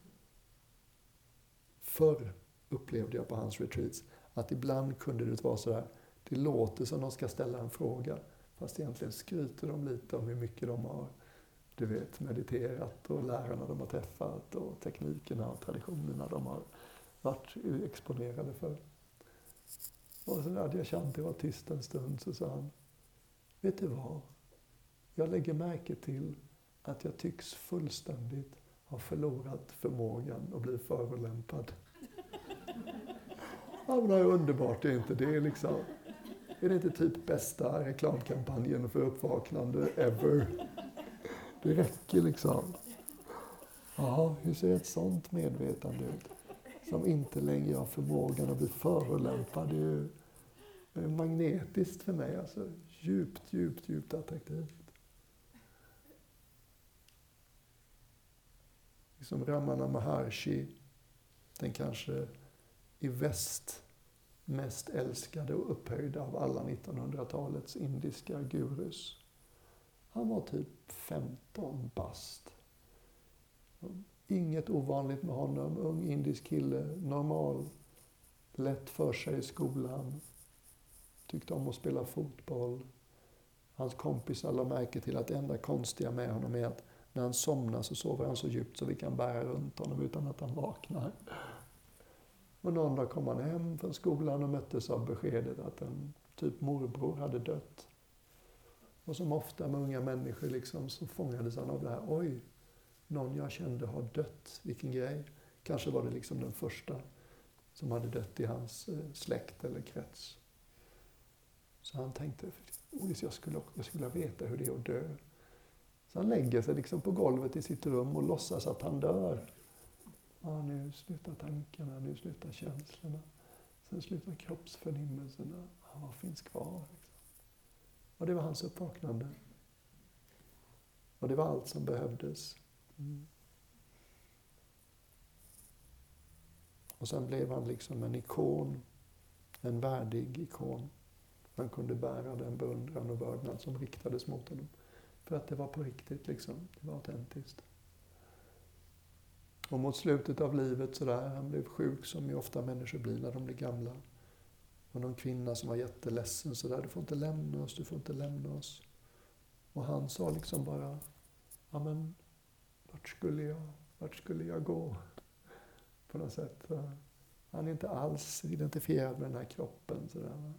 förr upplevde jag på hans retreats att ibland kunde det vara sådär, det låter som de ska ställa en fråga, fast egentligen skryter de lite om hur mycket de har, du vet, mediterat och lärarna de har träffat och teknikerna och traditionerna de har varit exponerade för. Och så när jag kände att jag var tyst en stund, så sa han, vet du vad? Jag lägger märke till att jag tycks fullständigt ha förlorat förmågan att bli förolämpad. Ja, men det är underbart, det är inte det liksom. Är det inte typ bästa reklamkampanjen för uppvaknande ever? Det räcker liksom. Ja, hur ser ett sånt medvetande ut? Som inte längre har förmågan att bli förolämpad. Det är ju magnetiskt för mig. Alltså djupt attraktivt. Liksom Ramana Maharshi, den kanske i väst mest älskade och upphöjda av alla 1900-talets indiska gurus. Han var typ 15 bast. Inget ovanligt med honom. Ung indisk kille, normal, lätt för sig i skolan. Tyckte om att spela fotboll. Hans kompisar lade märke till att det enda konstiga med honom är att när han somnar så sover han så djupt så vi kan bära runt honom utan att han vaknar. Och någon dag kom han hem från skolan och möttes av beskedet att en typ morbror hade dött. Och som ofta med unga människor liksom, så fångades han av det här. Oj, någon jag kände har dött. Vilken grej. Kanske var det liksom den första som hade dött i hans släkt eller krets. Så han tänkte, jag skulle vilja veta hur det är att dö. Så han lägger sig liksom på golvet i sitt rum och låtsas att han dör. Ja, nu slutar tankarna, nu slutar känslorna. Sen slutar kroppsförnimmelserna. Ja, vad finns kvar? Liksom. Och det var hans uppvaknande. Och det var allt som behövdes. Och sen blev han liksom en ikon. En värdig ikon. Han kunde bära den beundran och vördnad som riktades mot honom. För att det var på riktigt liksom. Det var autentiskt. Och mot slutet av livet sådär, han blev sjuk som ju ofta människor blir när de blir gamla. Och någon kvinna som var jätteledsen sådär, du får inte lämna oss. Och han sa liksom bara, ja men vart skulle jag gå? På något sätt. Han är inte alls identifierad med den här kroppen. Sådär.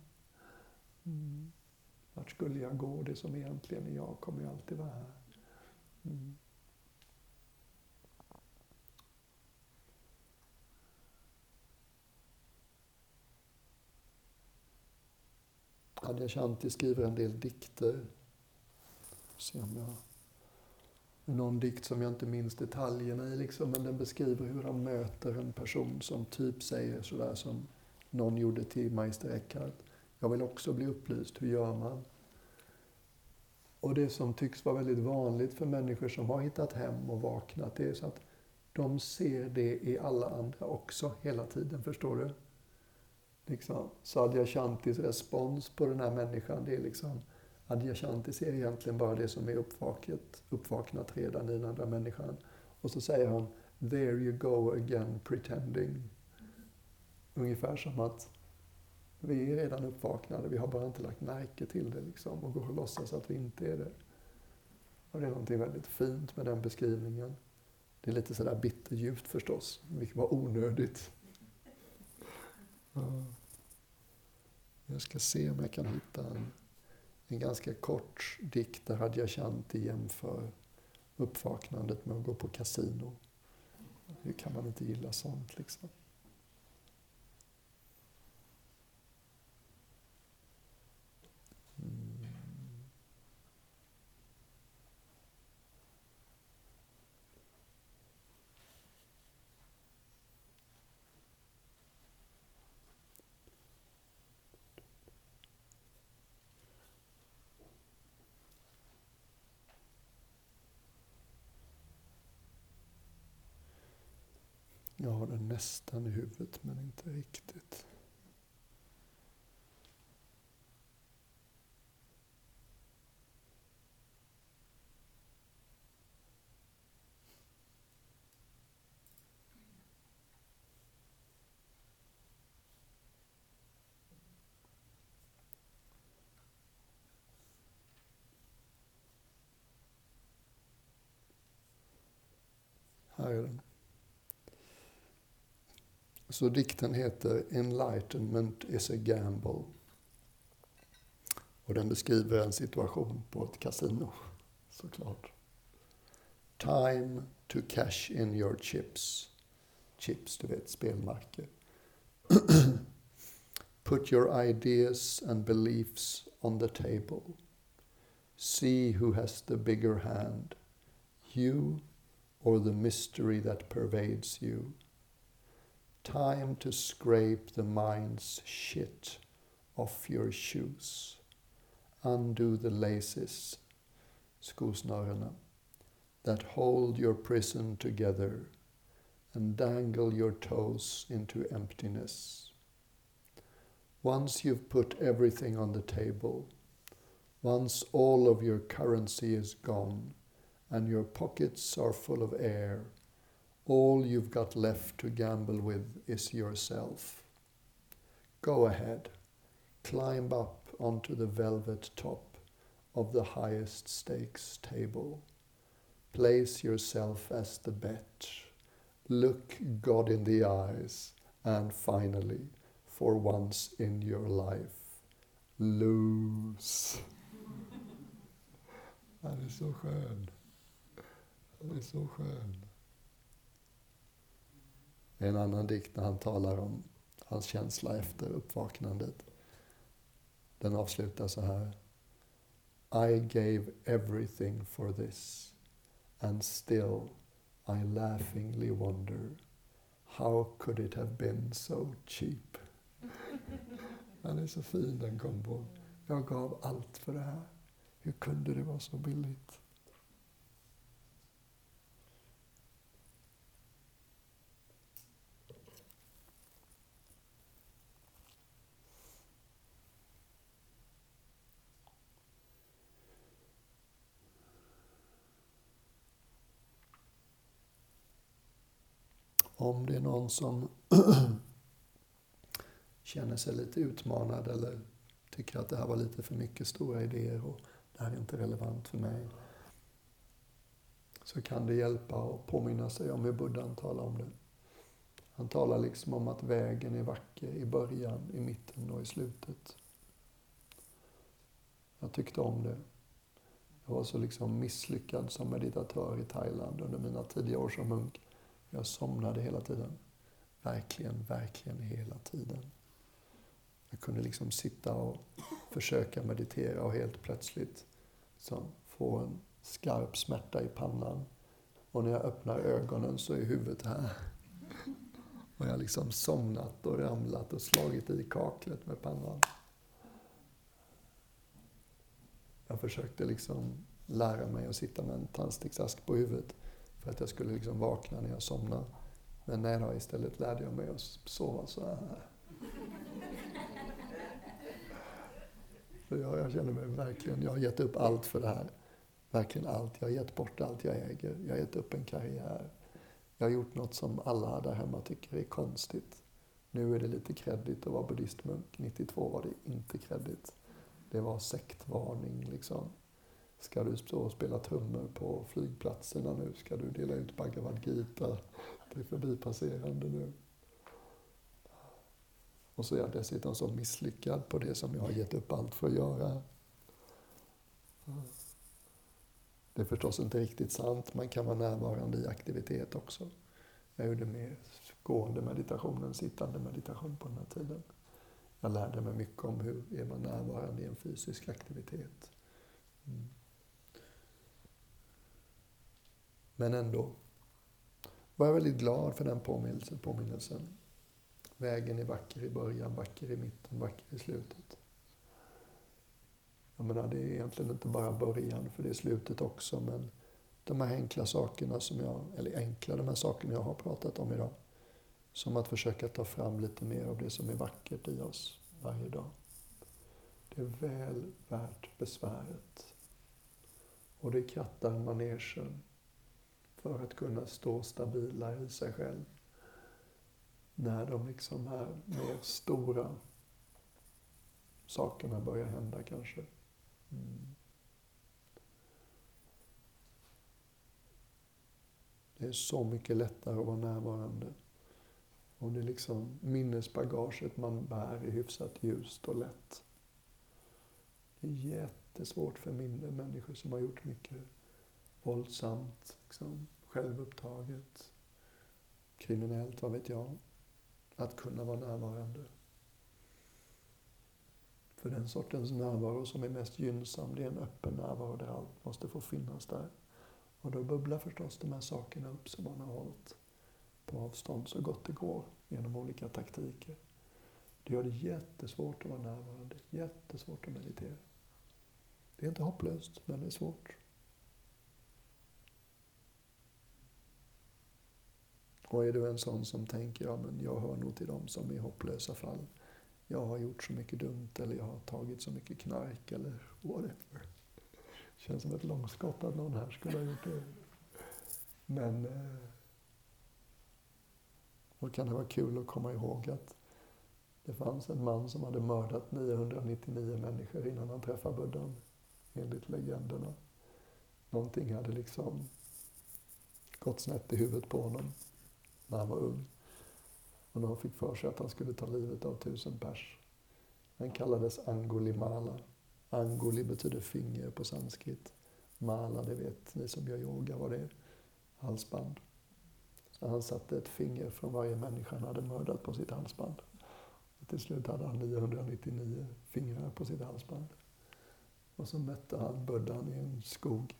Vart skulle jag gå? Det som egentligen är jag kommer ju alltid vara här. Adyashanti skriver en del dikter. Se om jag... Någon dikt som jag inte minns detaljerna i, liksom, men den beskriver hur han möter en person som typ säger sådär som någon gjorde till Meister Eckhart. Jag vill också bli upplyst, hur gör man? Och det som tycks vara väldigt vanligt för människor som har hittat hem och vaknat, det är så att de ser det i alla andra också hela tiden, förstår du? Liksom. Så Adyashantis respons på den här människan, det är liksom, Adyashanti ser egentligen bara det som är uppvaknat redan i den andra människan. Och så säger han, there you go again pretending. Ungefär som att vi är redan uppvaknade, vi har bara inte lagt märke till det liksom, och går och låtsas att vi inte är det. Och det är någonting väldigt fint med den beskrivningen. Det är lite sådär bitterljuvt förstås, vilket var onödigt. Ja. Jag ska se om jag kan hitta en ganska kort dikt där Adyashanti jämför uppvaknandet med att gå på kasino. Hur kan man inte gilla sånt liksom? Jag har den nästan i huvudet, men inte riktigt. Här är den. Så dikten heter Enlightenment is a gamble. Och den beskriver en situation på ett kasino, såklart. Time to cash in your chips. Chips, du vet, spelmarker. Put your ideas and beliefs on the table. See who has the bigger hand, you or the mystery that pervades you. Time to scrape the mind's shit off your shoes. Undo the laces, skosnörena, that hold your prison together and dangle your toes into emptiness. Once you've put everything on the table, once all of your currency is gone and your pockets are full of air, all you've got left to gamble with is yourself. Go ahead, climb up onto the velvet top of the highest stakes table. Place yourself as the bet. Look God in the eyes and finally, for once in your life, lose. Han är så skön. Han är så skön. En annan dikt när han talar om hans känsla efter uppvaknandet. Den avslutar så här. I gave everything for this, and still I laughingly wonder, how could it have been so cheap? Den är så fin, den kombon. Jag gav allt för det här. Hur kunde det vara så billigt? Om det är någon som känner sig lite utmanad eller tycker att det här var lite för mycket stora idéer och det här är inte relevant för mig, så kan det hjälpa att påminna sig om hur Buddhan talar om det. Han talar liksom om att vägen är vacker i början, i mitten och i slutet. Jag tyckte om det. Jag var så liksom misslyckad som meditatör i Thailand under mina tidiga år som munk. Jag somnade hela tiden. Verkligen hela tiden. Jag kunde liksom sitta och försöka meditera och helt plötsligt så få en skarp smärta i pannan. Och när jag öppnar ögonen så är huvudet här. Och jag har liksom somnat och ramlat och slagit i kaklet med pannan. Jag försökte liksom lära mig att sitta med en tandsticksask på huvudet för att jag skulle liksom vakna när jag somnade. Men nej då, istället lärde jag mig att sova så här. Så jag känner mig verkligen, jag har gett upp allt för det här. Verkligen allt. Jag har gett bort allt jag äger. Jag har gett upp en karriär. Jag har gjort något som alla där hemma tycker är konstigt. Nu är det lite kreddigt att vara buddhistmunk. 92 var det inte kreddigt. Det var sektvarning liksom. Ska du stå och spela trummor på flygplatserna nu? Ska du dela ut Bhagavad Gita? Det är förbipasserande nu. Och så är jag dessutom så misslyckad på det som jag har gett upp allt för att göra. Det är förstås inte riktigt sant. Man kan vara närvarande i aktivitet också. Jag gjorde mer gående meditation än sittande meditation på den här tiden. Jag lärde mig mycket om hur är man närvarande i en fysisk aktivitet. Men ändå var jag väldigt glad för den påminnelsen. Vägen är vacker i början, vacker i mitten, vacker i slutet. Jag menar, det är egentligen inte bara början, för det är slutet också, men de här enkla sakerna de här sakerna jag har pratat om idag, som att försöka ta fram lite mer av det som är vackert i oss varje dag. Det är väl värt besväret. Och det krattar manegen för att kunna stå stabila i sig själv. När de liksom här mer stora sakerna börjar hända kanske. Det är så mycket lättare att vara närvarande. Och det är liksom minnesbagaget man bär är hyfsat ljust och lätt. Det är jättesvårt för mindre människor som har gjort mycket våldsamt, liksom, självupptaget, kriminellt, vad vet jag, att kunna vara närvarande. För den sortens närvaro som är mest gynnsam, det är en öppen närvaro där allt måste få finnas där. Och då bubblar förstås de här sakerna upp som man har hållit på avstånd så gott det går genom olika taktiker. Det gör det jättesvårt att vara närvarande, jättesvårt att meditera. Det är inte hopplöst, men det är svårt. Och är du en sån som tänker, ja men jag hör nog till dem som är hopplösa fall. Jag har gjort så mycket dumt, eller jag har tagit så mycket knark, eller whatever. Känns som ett långskott att någon här skulle ha gjort det. Men och kan det vara kul att komma ihåg att det fanns en man som hade mördat 999 människor innan han träffade Buddhan, enligt legenderna. Någonting hade liksom gått snett i huvudet på honom när han var ung. Och när han fick för sig att han skulle ta livet av 1000 pers. Han kallades Angulimala. Anguli betyder finger på sanskrit. Mala, det vet ni som gör yoga vad det är. Halsband. Så han satte ett finger från varje människa han hade mördat på sitt halsband. Och till slut hade han 999 fingrar på sitt halsband. Och så mötte han Buddhan i en skog.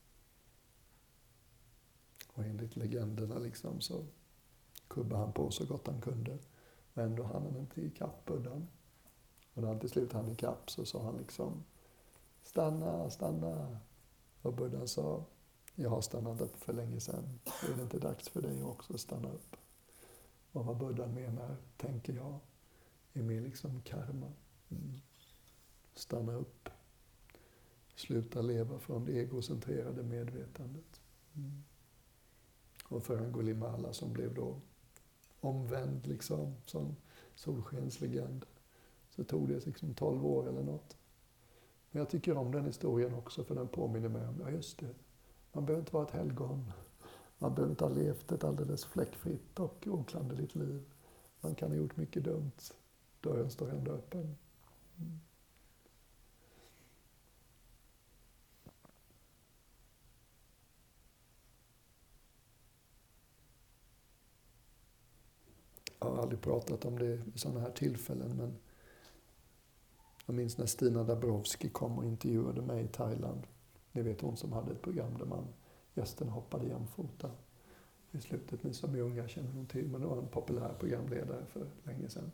Och enligt legenderna liksom så kubbade han på så gott han kunde. Och ändå hann han inte ikapp Buddhan. Och när han till slut hann ikapp så sa han liksom, stanna, stanna. Och Buddhan sa, jag har stannat upp för länge sedan. Är det inte dags för dig också att stanna upp? Och vad Buddhan menar, tänker jag, är mer liksom karma. Stanna upp. Sluta leva från det egocentrerade medvetandet. Och för Angulimala som blev då omvänd liksom, som solskenslegend, så tog det liksom 12 år eller något. Men jag tycker om den historien också, för den påminner mig om, ja just det, man behöver inte vara ett helgon. Man behöver inte ha levt ett alldeles fläckfritt och oklanderligt liv. Man kan ha gjort mycket dumt. Dörren står ändå öppen. Jag har aldrig pratat om det i sådana här tillfällen, men jag minns när Stina Dabrowski kom och intervjuade mig i Thailand. Ni vet, hon som hade ett program där gästen hoppade jämfota i slutet. Ni som är unga känner hon till, men det var en populär programledare för länge sedan.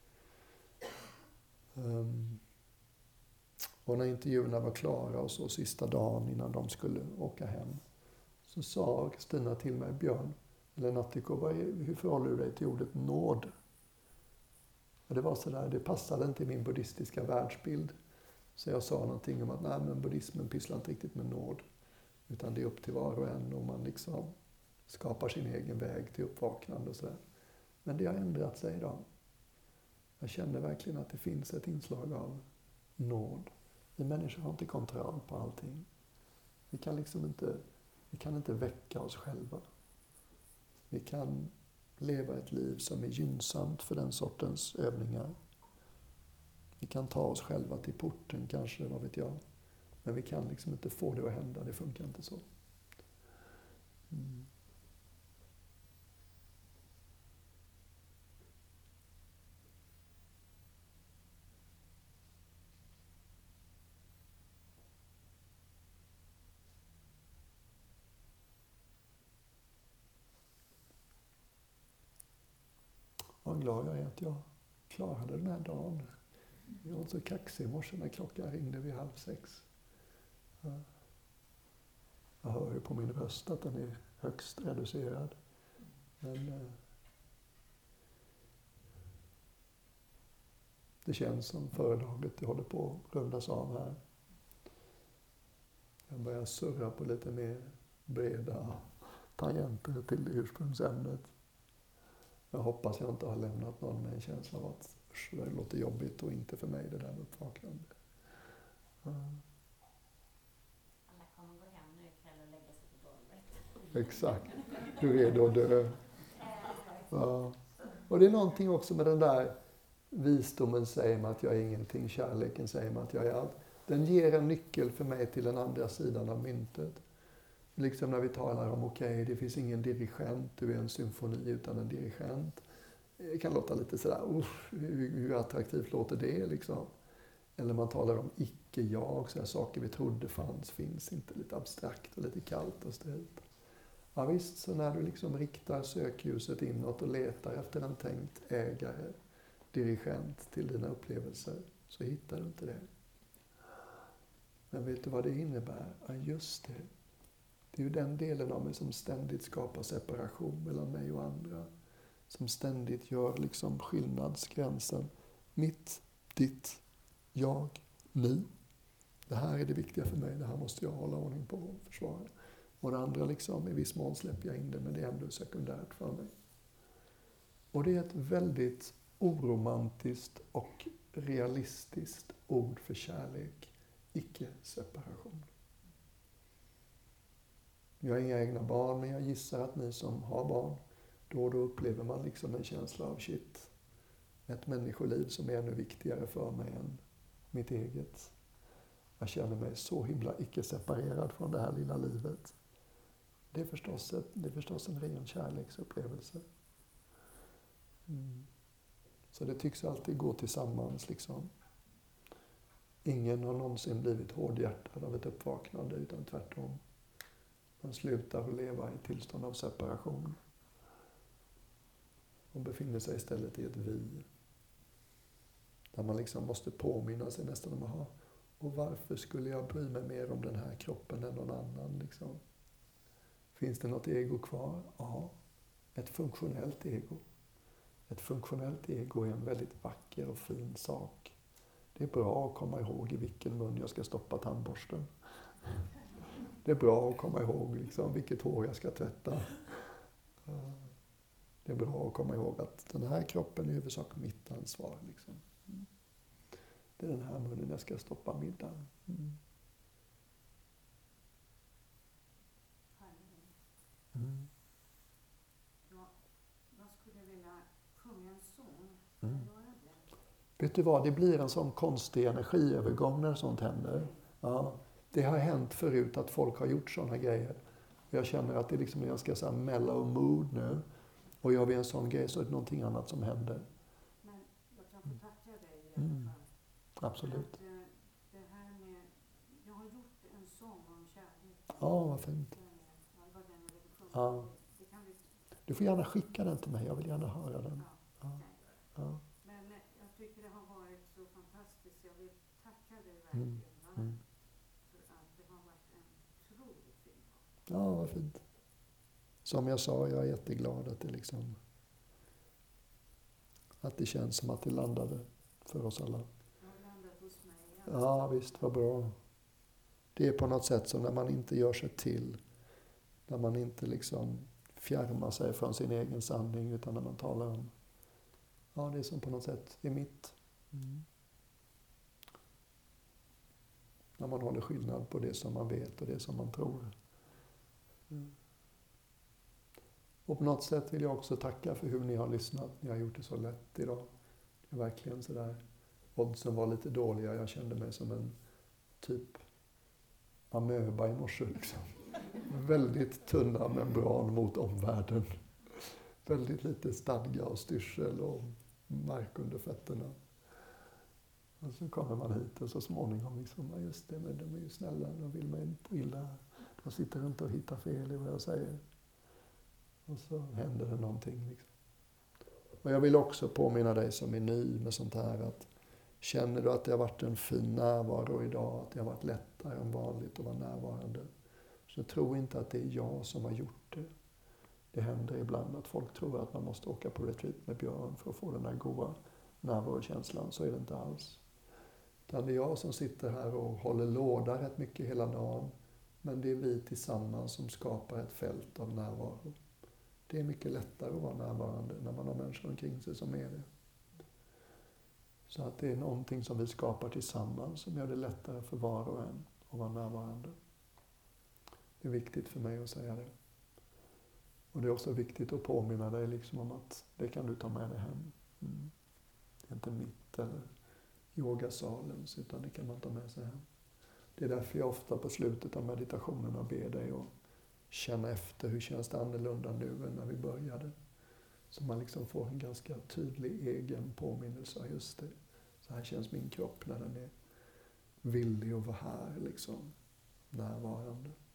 Och när intervjuerna var klara och så sista dagen innan de skulle åka hem, så sa Stina till mig: Björn, eller Natthiko, hur förhåller du dig till ordet nåd? Och det var sådär, det passade inte i min buddhistiska världsbild. Så jag sa någonting om att nej, men buddhismen pysslar inte riktigt med nåd. Utan det är upp till var och en, och man liksom skapar sin egen väg till uppvaknande och sådär. Men det har ändrat sig idag. Jag känner verkligen att det finns ett inslag av nåd. Vi människor har inte kontroll på allting. Vi kan inte väcka oss själva. Vi kan leva ett liv som är gynnsamt för den sortens övningar. Vi kan ta oss själva till porten kanske, vad vet jag. Men vi kan liksom inte få det att hända, det funkar inte så. Vad glad jag är att jag klarade den här dagen. Jag var så kaxig i morse när klockan ringde vid 5:30. Jag hör ju på min röst att den är högst reducerad. Men det känns som föredraget det håller på att rundas av här. Jag börjar surra på lite mer breda tangenter till ursprungsämnet. Jag hoppas jag inte har lämnat någon med en känsla av att det låter jobbigt och inte för mig det där med uppvaknande. Alla kommer gå hem nu ikväll och lägga sig på golvet. Exakt. Du är redo att dö. Ja. Och det är någonting också med den där visdomen säger mig att jag är ingenting, kärleken säger mig att jag är allt. Den ger en nyckel för mig till den andra sidan av myntet. Liksom när vi talar om det finns ingen dirigent, du är en symfoni utan en dirigent. Det kan låta lite sådär, hur attraktivt låter det liksom? Eller man talar om icke-jag, så här saker vi trodde finns inte, lite abstrakt och lite kallt och stelt. Ja visst, så när du liksom riktar sökljuset inåt och letar efter en tänkt ägare, dirigent till dina upplevelser, så hittar du inte det. Men vet du vad det innebär? Ja just det. Det är ju den delen av mig som ständigt skapar separation mellan mig och andra. Som ständigt gör liksom skillnadsgränsen. Mitt, ditt, jag, ni. Det här är det viktiga för mig. Det här måste jag hålla ordning på och försvara. Och det andra liksom, i viss mån släpper jag in det, men det är ändå sekundärt för mig. Och det är ett väldigt oromantiskt och realistiskt ord för kärlek. Icke-separation. Jag har inga egna barn, men jag gissar att ni som har barn, då och då upplever man liksom en känsla av shit. Ett människoliv som är ännu viktigare för mig än mitt eget. Jag känner mig så himla icke-separerad från det här lilla livet. Det är förstås en ren kärleksupplevelse. Så det tycks alltid gå tillsammans liksom. Ingen har någonsin blivit hårdhjärtad av ett uppvaknande, utan tvärtom. Man slutar att leva i tillstånd av separation. Och befinner sig istället i ett vi. Där man liksom måste påminna sig nästan om och varför skulle jag bry mig mer om den här kroppen än någon annan liksom? Finns det något ego kvar? Ja, ett funktionellt ego. Ett funktionellt ego är en väldigt vacker och fin sak. Det är bra att komma ihåg i vilken mun jag ska stoppa tandborsten. Det är bra att komma ihåg liksom, vilket hår jag ska tvätta. Det är bra att komma ihåg att den här kroppen är i huvudsak mitt ansvar. Liksom. Det är den här munnen jag ska stoppa middagen. sång. Mm. Vet du vad, det blir en sån konstig energiövergång när sånt händer. Ja, det har hänt förut att folk har gjort såna grejer. Jag känner att det liksom är ganska så här mellow mood nu. Och gör vi en sån grej så är det någonting annat som händer. Men jag kan få tacka dig i alla fall. Absolut. Att, det här med, jag har gjort en sång om kärlek. Ja, vad fint. Vad den är Ja. det kan vi... Du får gärna skicka den till mig, jag vill gärna höra den. Ja. Ja. Men jag tycker det har varit så fantastiskt. Jag vill tacka dig verkligen. För att det har varit en otroligt fin dag. Ja, vad fint. Som jag sa, jag är jätteglad att det liksom... Att det känns som att det landade för oss alla. Det har landat hos mig. Ja, visst, vad bra. Det är på något sätt som när man inte gör sig till. När man inte liksom fjärmar sig från sin egen sanning utan när man talar om... Ja, det är som på något sätt är mitt. När man håller skillnad på det som man vet och det som man tror. Och på något sätt vill jag också tacka för hur ni har lyssnat. Ni har gjort det så lätt idag. Det är verkligen sådär. Oddsen var lite dåliga. Jag kände mig som en typ amöba i morse. Liksom. Väldigt tunna membran mot omvärlden. Väldigt lite stadga och styrsel och mark under fötterna. Och så kommer man hit och så småningom liksom, ja just det, men de är ju snälla, de vill mig inte illa. De sitter inte och hittar fel i vad jag säger. Och så händer det någonting. Liksom. Och jag vill också påminna dig som är ny med sånt här att känner du att det har varit en fin närvaro idag, att det har varit lättare än vanligt att vara närvarande, så tro inte att det är jag som har gjort det. Det händer ibland att folk tror att man måste åka på retreat med Björn för att få den där goda närvarokänslan. Så är det inte alls. Utan det är jag som sitter här och håller låda rätt mycket hela dagen. Men det är vi tillsammans som skapar ett fält av närvaro. Det är mycket lättare att vara närvarande när man har människor omkring sig som är det. Så att det är någonting som vi skapar tillsammans som gör det lättare för var och en att vara närvarande. Det är viktigt för mig att säga det. Och det är också viktigt att påminna dig liksom om att det kan du ta med dig hem. Det är inte mitt eller yogasalens, utan det kan man ta med sig hem. Det är därför jag ofta på slutet av meditationerna ber dig att känna efter hur känns det annorlunda nu än när vi började. Så man liksom får en ganska tydlig egen påminnelse. Just det, så här känns min kropp när den är villig att vara här, liksom, närvarande.